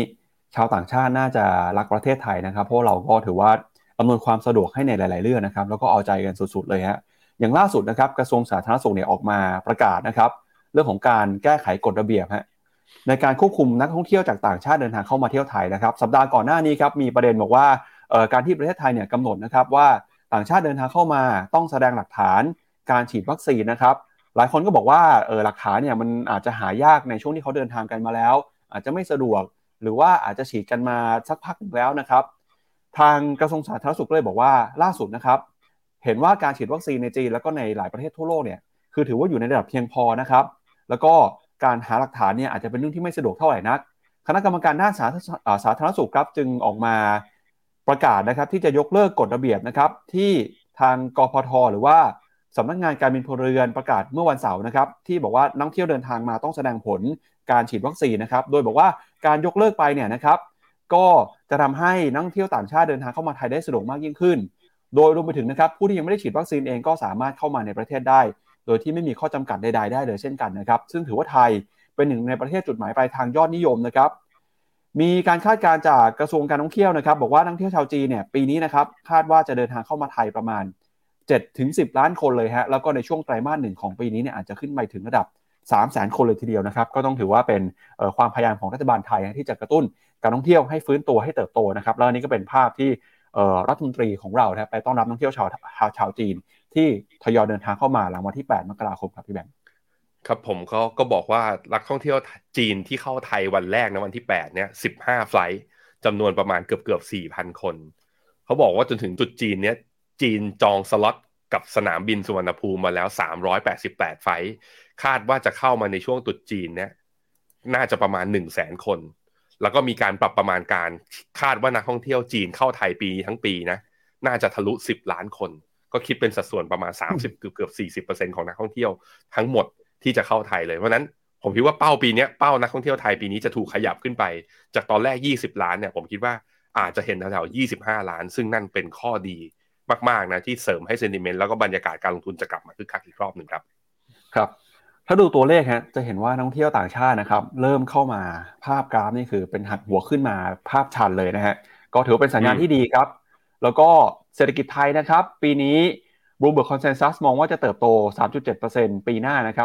ชาวต่างชาติน่าจะรักประเทศไทยนะครับเพราะเราก็ถือว่าอำนวยความสะดวกให้ในหลายๆเรื่องนะครับแล้วก็เอาใจกันสุดๆเลยฮะอย่างล่าสุดนะครับกระทรวงสาธารณสุขเนี่ยออกมาประกาศนะครับเรื่องของการแก้ไขกฎระเบียบฮะในการควบคุมนักท่องเที่ยวจากต่างชาติเดินทางเข้ามาเที่ยวไทยนะครับสัปดาห์ก่อนหน้านี้ครับมีประเด็นบอกว่าการที่ประเทศไทยเนี่ยกำหนดนะครับว่าต่างชาติเดินทางเข้ามาต้องแสดงหลักฐานการฉีดวัคซีนนะครับหลายคนก็บอกว่าหลักฐานเนี่ยมันอาจจะหายากในช่วงที่เขาเดินทางกันมาแล้วอาจจะไม่สะดวกหรือว่าอาจจะฉีดกันมาสักพักนึงแล้วนะครับทางกระทรวงสาธารณสุขเลยบอกว่าล่าสุดนะครับเห็นว่าการฉีดวัคซีนในจีนแล้วก็ในหลายประเทศทั่วโลกเนี่ยคือถือว่าอยู่ในระดับเพียงพอนะครับแล้วก็การหาหลักฐานเนี่ยอาจจะเป็นเรื่องที่ไม่สะดวกเท่าไหร่นักคณะกรรมการด้านสาธารณสุขครับจึงออกมาประกาศนะครับที่จะยกเลิกกฎระเบียบนะครับที่ทางกพท.หรือว่าสำนักงานการบินพลเรือนประกาศเมื่อวันเสาร์นะครับที่บอกว่านักท่องเที่ยวเดินทางมาต้องแสดงผลการฉีดวัคซีนนะครับโดยบอกว่าการยกเลิกไปเนี่ยนะครับก็จะทำให้นักท่องเที่ยวต่างชาติเดินทางเข้ามาไทยได้สะดวกมากยิ่งขึ้นโดยรวมไปถึงนะครับผู้ที่ยังไม่ได้ฉีดวัคซีนเองก็สามารถเข้ามาในประเทศได้โดยที่ไม่มีข้อจำกัดใดๆได้เลยเช่นกันนะครับซึ่งถือว่าไทยเป็นหนึ่งในประเทศจุดหมายปลายทางยอดนิยมนะครับมีการคาดการณ์จากกระทรวงการท่องเที่ยวนะครับบอกว่านักท่องเที่ยวชาวจีนเนี่ยปีนี้นะครับคาดว่าจะเดินทางเข้ามาไทยประมาณ7-10 ล้านคนเลยฮะแล้วก็ในช่วงไตรมาส1ของปีนี้เนี่ยอาจจะขึ้นไปถึงระดับ 300,000 คนเลยทีเดียวนะครับก็ต้องถือว่าเป็นความพยายามของรัฐบาลไทยที่จะกระตุ้นการท่องเที่ยวให้ฟื้นตัวให้เติบโตนะครับแล้วอันนี้ก็เป็นภาพที่รัฐมนตรีของเราไปต้อนรับนักท่องเที่ยวชาวจีนที่ทยอยเดินทางเข้ามาหลังวันที่8 มกราคมครับพี่แบงค์ครับผมก็บอกว่านักท่องเที่ยวจีนที่เข้าไทยวันแรกนะวันที่8เนี่ย15ไฟลท์จำนวนประมาณเกือบ 4,000 คนเขาบอกว่าจนถึงจุดจีนเนี่ยจีนจองสล็อตกับสนามบินสุวรรณภูมิมาแล้ว388ไฟลท์คาดว่าจะเข้ามาในช่วงจุดจีนเนี่ยน่าจะประมาณ 100,000 คนแล้วก็มีการปรับประมาณการคาดว่านักท่องเที่ยวจีนเข้าไทยปีทั้งปีนะน่าจะทะลุ10 ล้านคนก็คิดเป็นสัดส่วนประมาณ30เกือบ 40% ของนักท่องเที่ยวทั้งหมดที่จะเข้าไทยเลยเพราะนั้นผมคิดว่าเป้าปีนี้เป้านักท่องเที่ยวไทยปีนี้จะถูกขยับขึ้นไปจากตอนแรก20 ล้านเนี่ยผมคิดว่าอาจจะเห็นแถวๆ25 ล้านซึ่งนั่นเป็นข้อดีมากๆนะที่เสริมให้เซนติเมนต์แล้วก็บรรยากาศการลงทุนจะกลับมาคึกคักอีกรอบนึงครับครับถ้าดูตัวเลขฮะจะเห็นว่านักท่องเที่ยวต่างชาตินะครับเริ่มเข้ามาภาพกราฟนี่คือเป็นหักหัวขึ้นมาภาพชันเลยนะฮะก็ถือเป็นสัญญาณที่ดีครับแล้วก็เศรษฐกิจไทยนะครับปีนี้ Bloomberg Consensus มองว่าจะเติบโต 3.7% ปีหน้านะครับ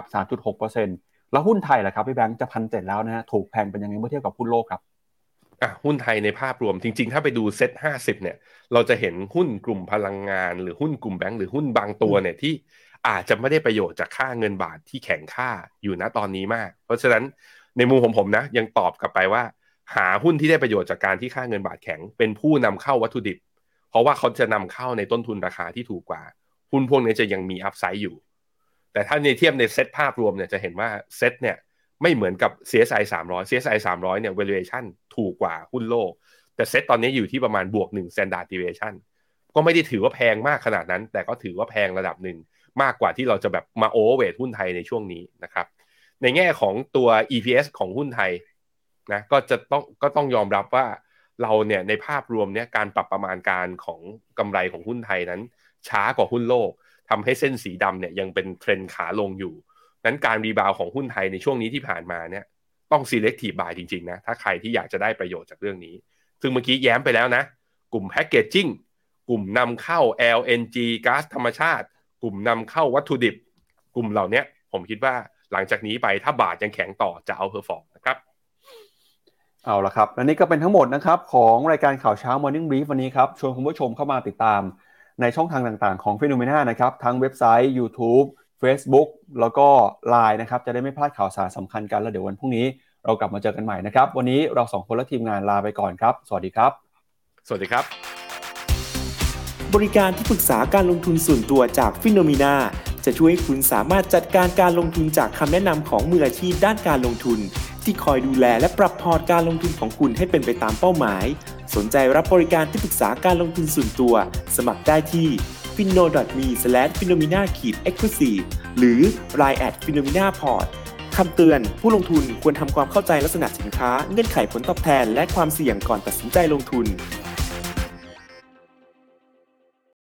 3.6% แล้วหุ้นไทยล่ะครับพี่แบงค์จะ 1,700 แล้วนะฮะถูกแพงเป็นยังไงเมื่อเทียบกับหุ้นโลกครับหุ้นไทยในภาพรวมจริงๆถ้าไปดูเซ็ต50เนี่ยเราจะเห็นหุ้นกลุ่มพลังงานหรือหุ้นกลุ่มแบงก์หรือหุ้นบางตัวเนี่ยที่อาจจะไม่ได้ประโยชน์จากค่าเงินบาทที่แข็งค่าอยู่ณตอนนี้มากเพราะฉะนั้นในมุมของผมนะยังตอบกลับไปว่าหาหุ้นที่ได้ประโยชน์จากการที่ค่าเงินบาทแข็งเป็นผู้นำเข้าวัตถุดิบเพราะว่าเขาจะนำเข้าในต้นทุนราคาที่ถูกกว่าหุ้นพวกนี้จะยังมีอัพไซด์อยู่แต่ถ้าในเทียบในเซ็ตภาพรวมเนี่ยจะเห็นว่าเซ็ตเนี่ยไม่เหมือนกับ CSI 300 CSI 300เนี่ย valuation ถูกกว่าหุ้นโลกแต่เซ็ตตอนนี้อยู่ที่ประมาณบวก1 standard deviation ก็ไม่ได้ถือว่าแพงมากขนาดนั้นแต่ก็ถือว่าแพงระดับหนึ่งมากกว่าที่เราจะแบบมาโอเวอร์เวทหุ้นไทยในช่วงนี้นะครับในแง่ของตัว EPS ของหุ้นไทยนะก็ต้องยอมรับว่าเราเนี่ยในภาพรวมเนี่ยการปรับประมาณการของกำไรของหุ้นไทยนั้นช้ากว่าหุ้นโลกทำให้เส้นสีดำเนี่ยยังเป็นเทรนด์ขาลงอยู่นั้นการรีบาวของหุ้นไทยในช่วงนี้ที่ผ่านมาเนี่ยต้อง selective buy จริงๆนะถ้าใครที่อยากจะได้ประโยชน์จากเรื่องนี้ซึ่งเมื่อกี้แย้มไปแล้วนะกลุ่มแพคเกจจิ้งกลุ่มนำเข้า LNG ก๊าซธรรมชาติกลุ่มนำเข้าวัตถุดิบกลุ่มเหล่านี้ผมคิดว่าหลังจากนี้ไปถ้าบาทยังแข็งต่อจะเอาเพอร์ฟอร์มนะครับเอาละครับและนี่ก็เป็นทั้งหมดนะครับของรายการข่าวเช้า Morning Brief วันนี้ครับชวนคุณผู้ชมเข้ามาติดตามในช่องทางต่างๆของ Phenomena นะครับทั้งเว็บไซต์ YouTube Facebook แล้วก็ LINE นะครับจะได้ไม่พลาดข่าวสารสำคัญกันแล้วเดี๋ยววันพรุ่งนี้เรากลับมาเจอกันใหม่นะครับวันนี้เรา2คนและทีมงานลาไปก่อนครับสวัสดีครับสวัสดีครับบริการที่ปรึกษาการลงทุนส่วนตัวจาก Phenomena จะช่วยให้คุณสามารถจัดการการลงทุนจากคำแนะนำของมืออาชีพด้านการลงทุนที่คอยดูแลและปรับพอร์ตการลงทุนของคุณให้เป็นไปตามเป้าหมายสนใจรับบริการที่ปรึกษาการลงทุนส่วนตัวสมัครได้ที่ finno.me/phenomena-exclusive หรือ line@phenomena-port คำเตือนผู้ลงทุนควรทำความเข้าใจลักษณะสินค้าเงื่อนไขผลตอบแทนและความเสี่ยงก่อนตัดสินใจลงทุน